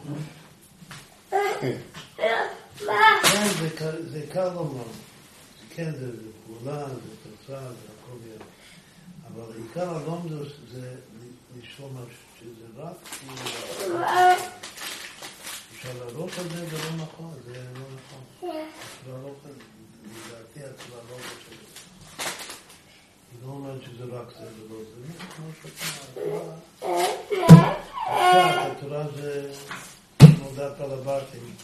כן, זה קל לומר. כן, זה פעולה, זה תוצאה, זה הכל יהיה. אבל עיקר הלומדוס זה לשאול משהו שזה רק אפשר להראות על זה, זה לא נכון, זה לא נכון. אפשר להראות על זה, לדעתי אפשר להראות על זה. היא לא אומרת שזה רק זה ולא זה. זה כמו שאתה, התורה, התורה זה נודעת על הבתים,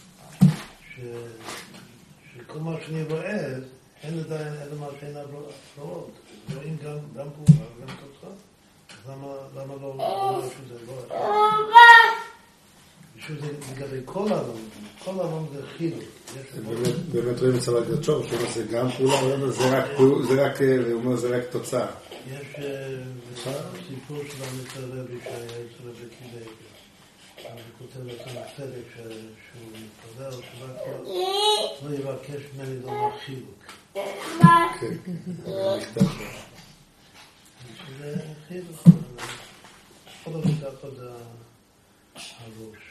שכל מה שאני רואה, אין עדיין, אין מה שאין הפרעות. רואים גם פעולה, גם תוצאה. אז למה לא אומר שזה לא אחד? שזה לגבי כל העולם, כל העולם זה חילוק. באמת רואים אצל הגדשור, שהוא אומר זה גם פעולה, זה רק תוצאה. יש סיפור של המצרבי שהיה אצל רבי קיבי. אני כותב אצל הצדק שהוא מתפלל, שרק לא יבקש ממני לומר חילוק. כן, זה נכתב. שזה חילוק. כל המצב הזה הראש.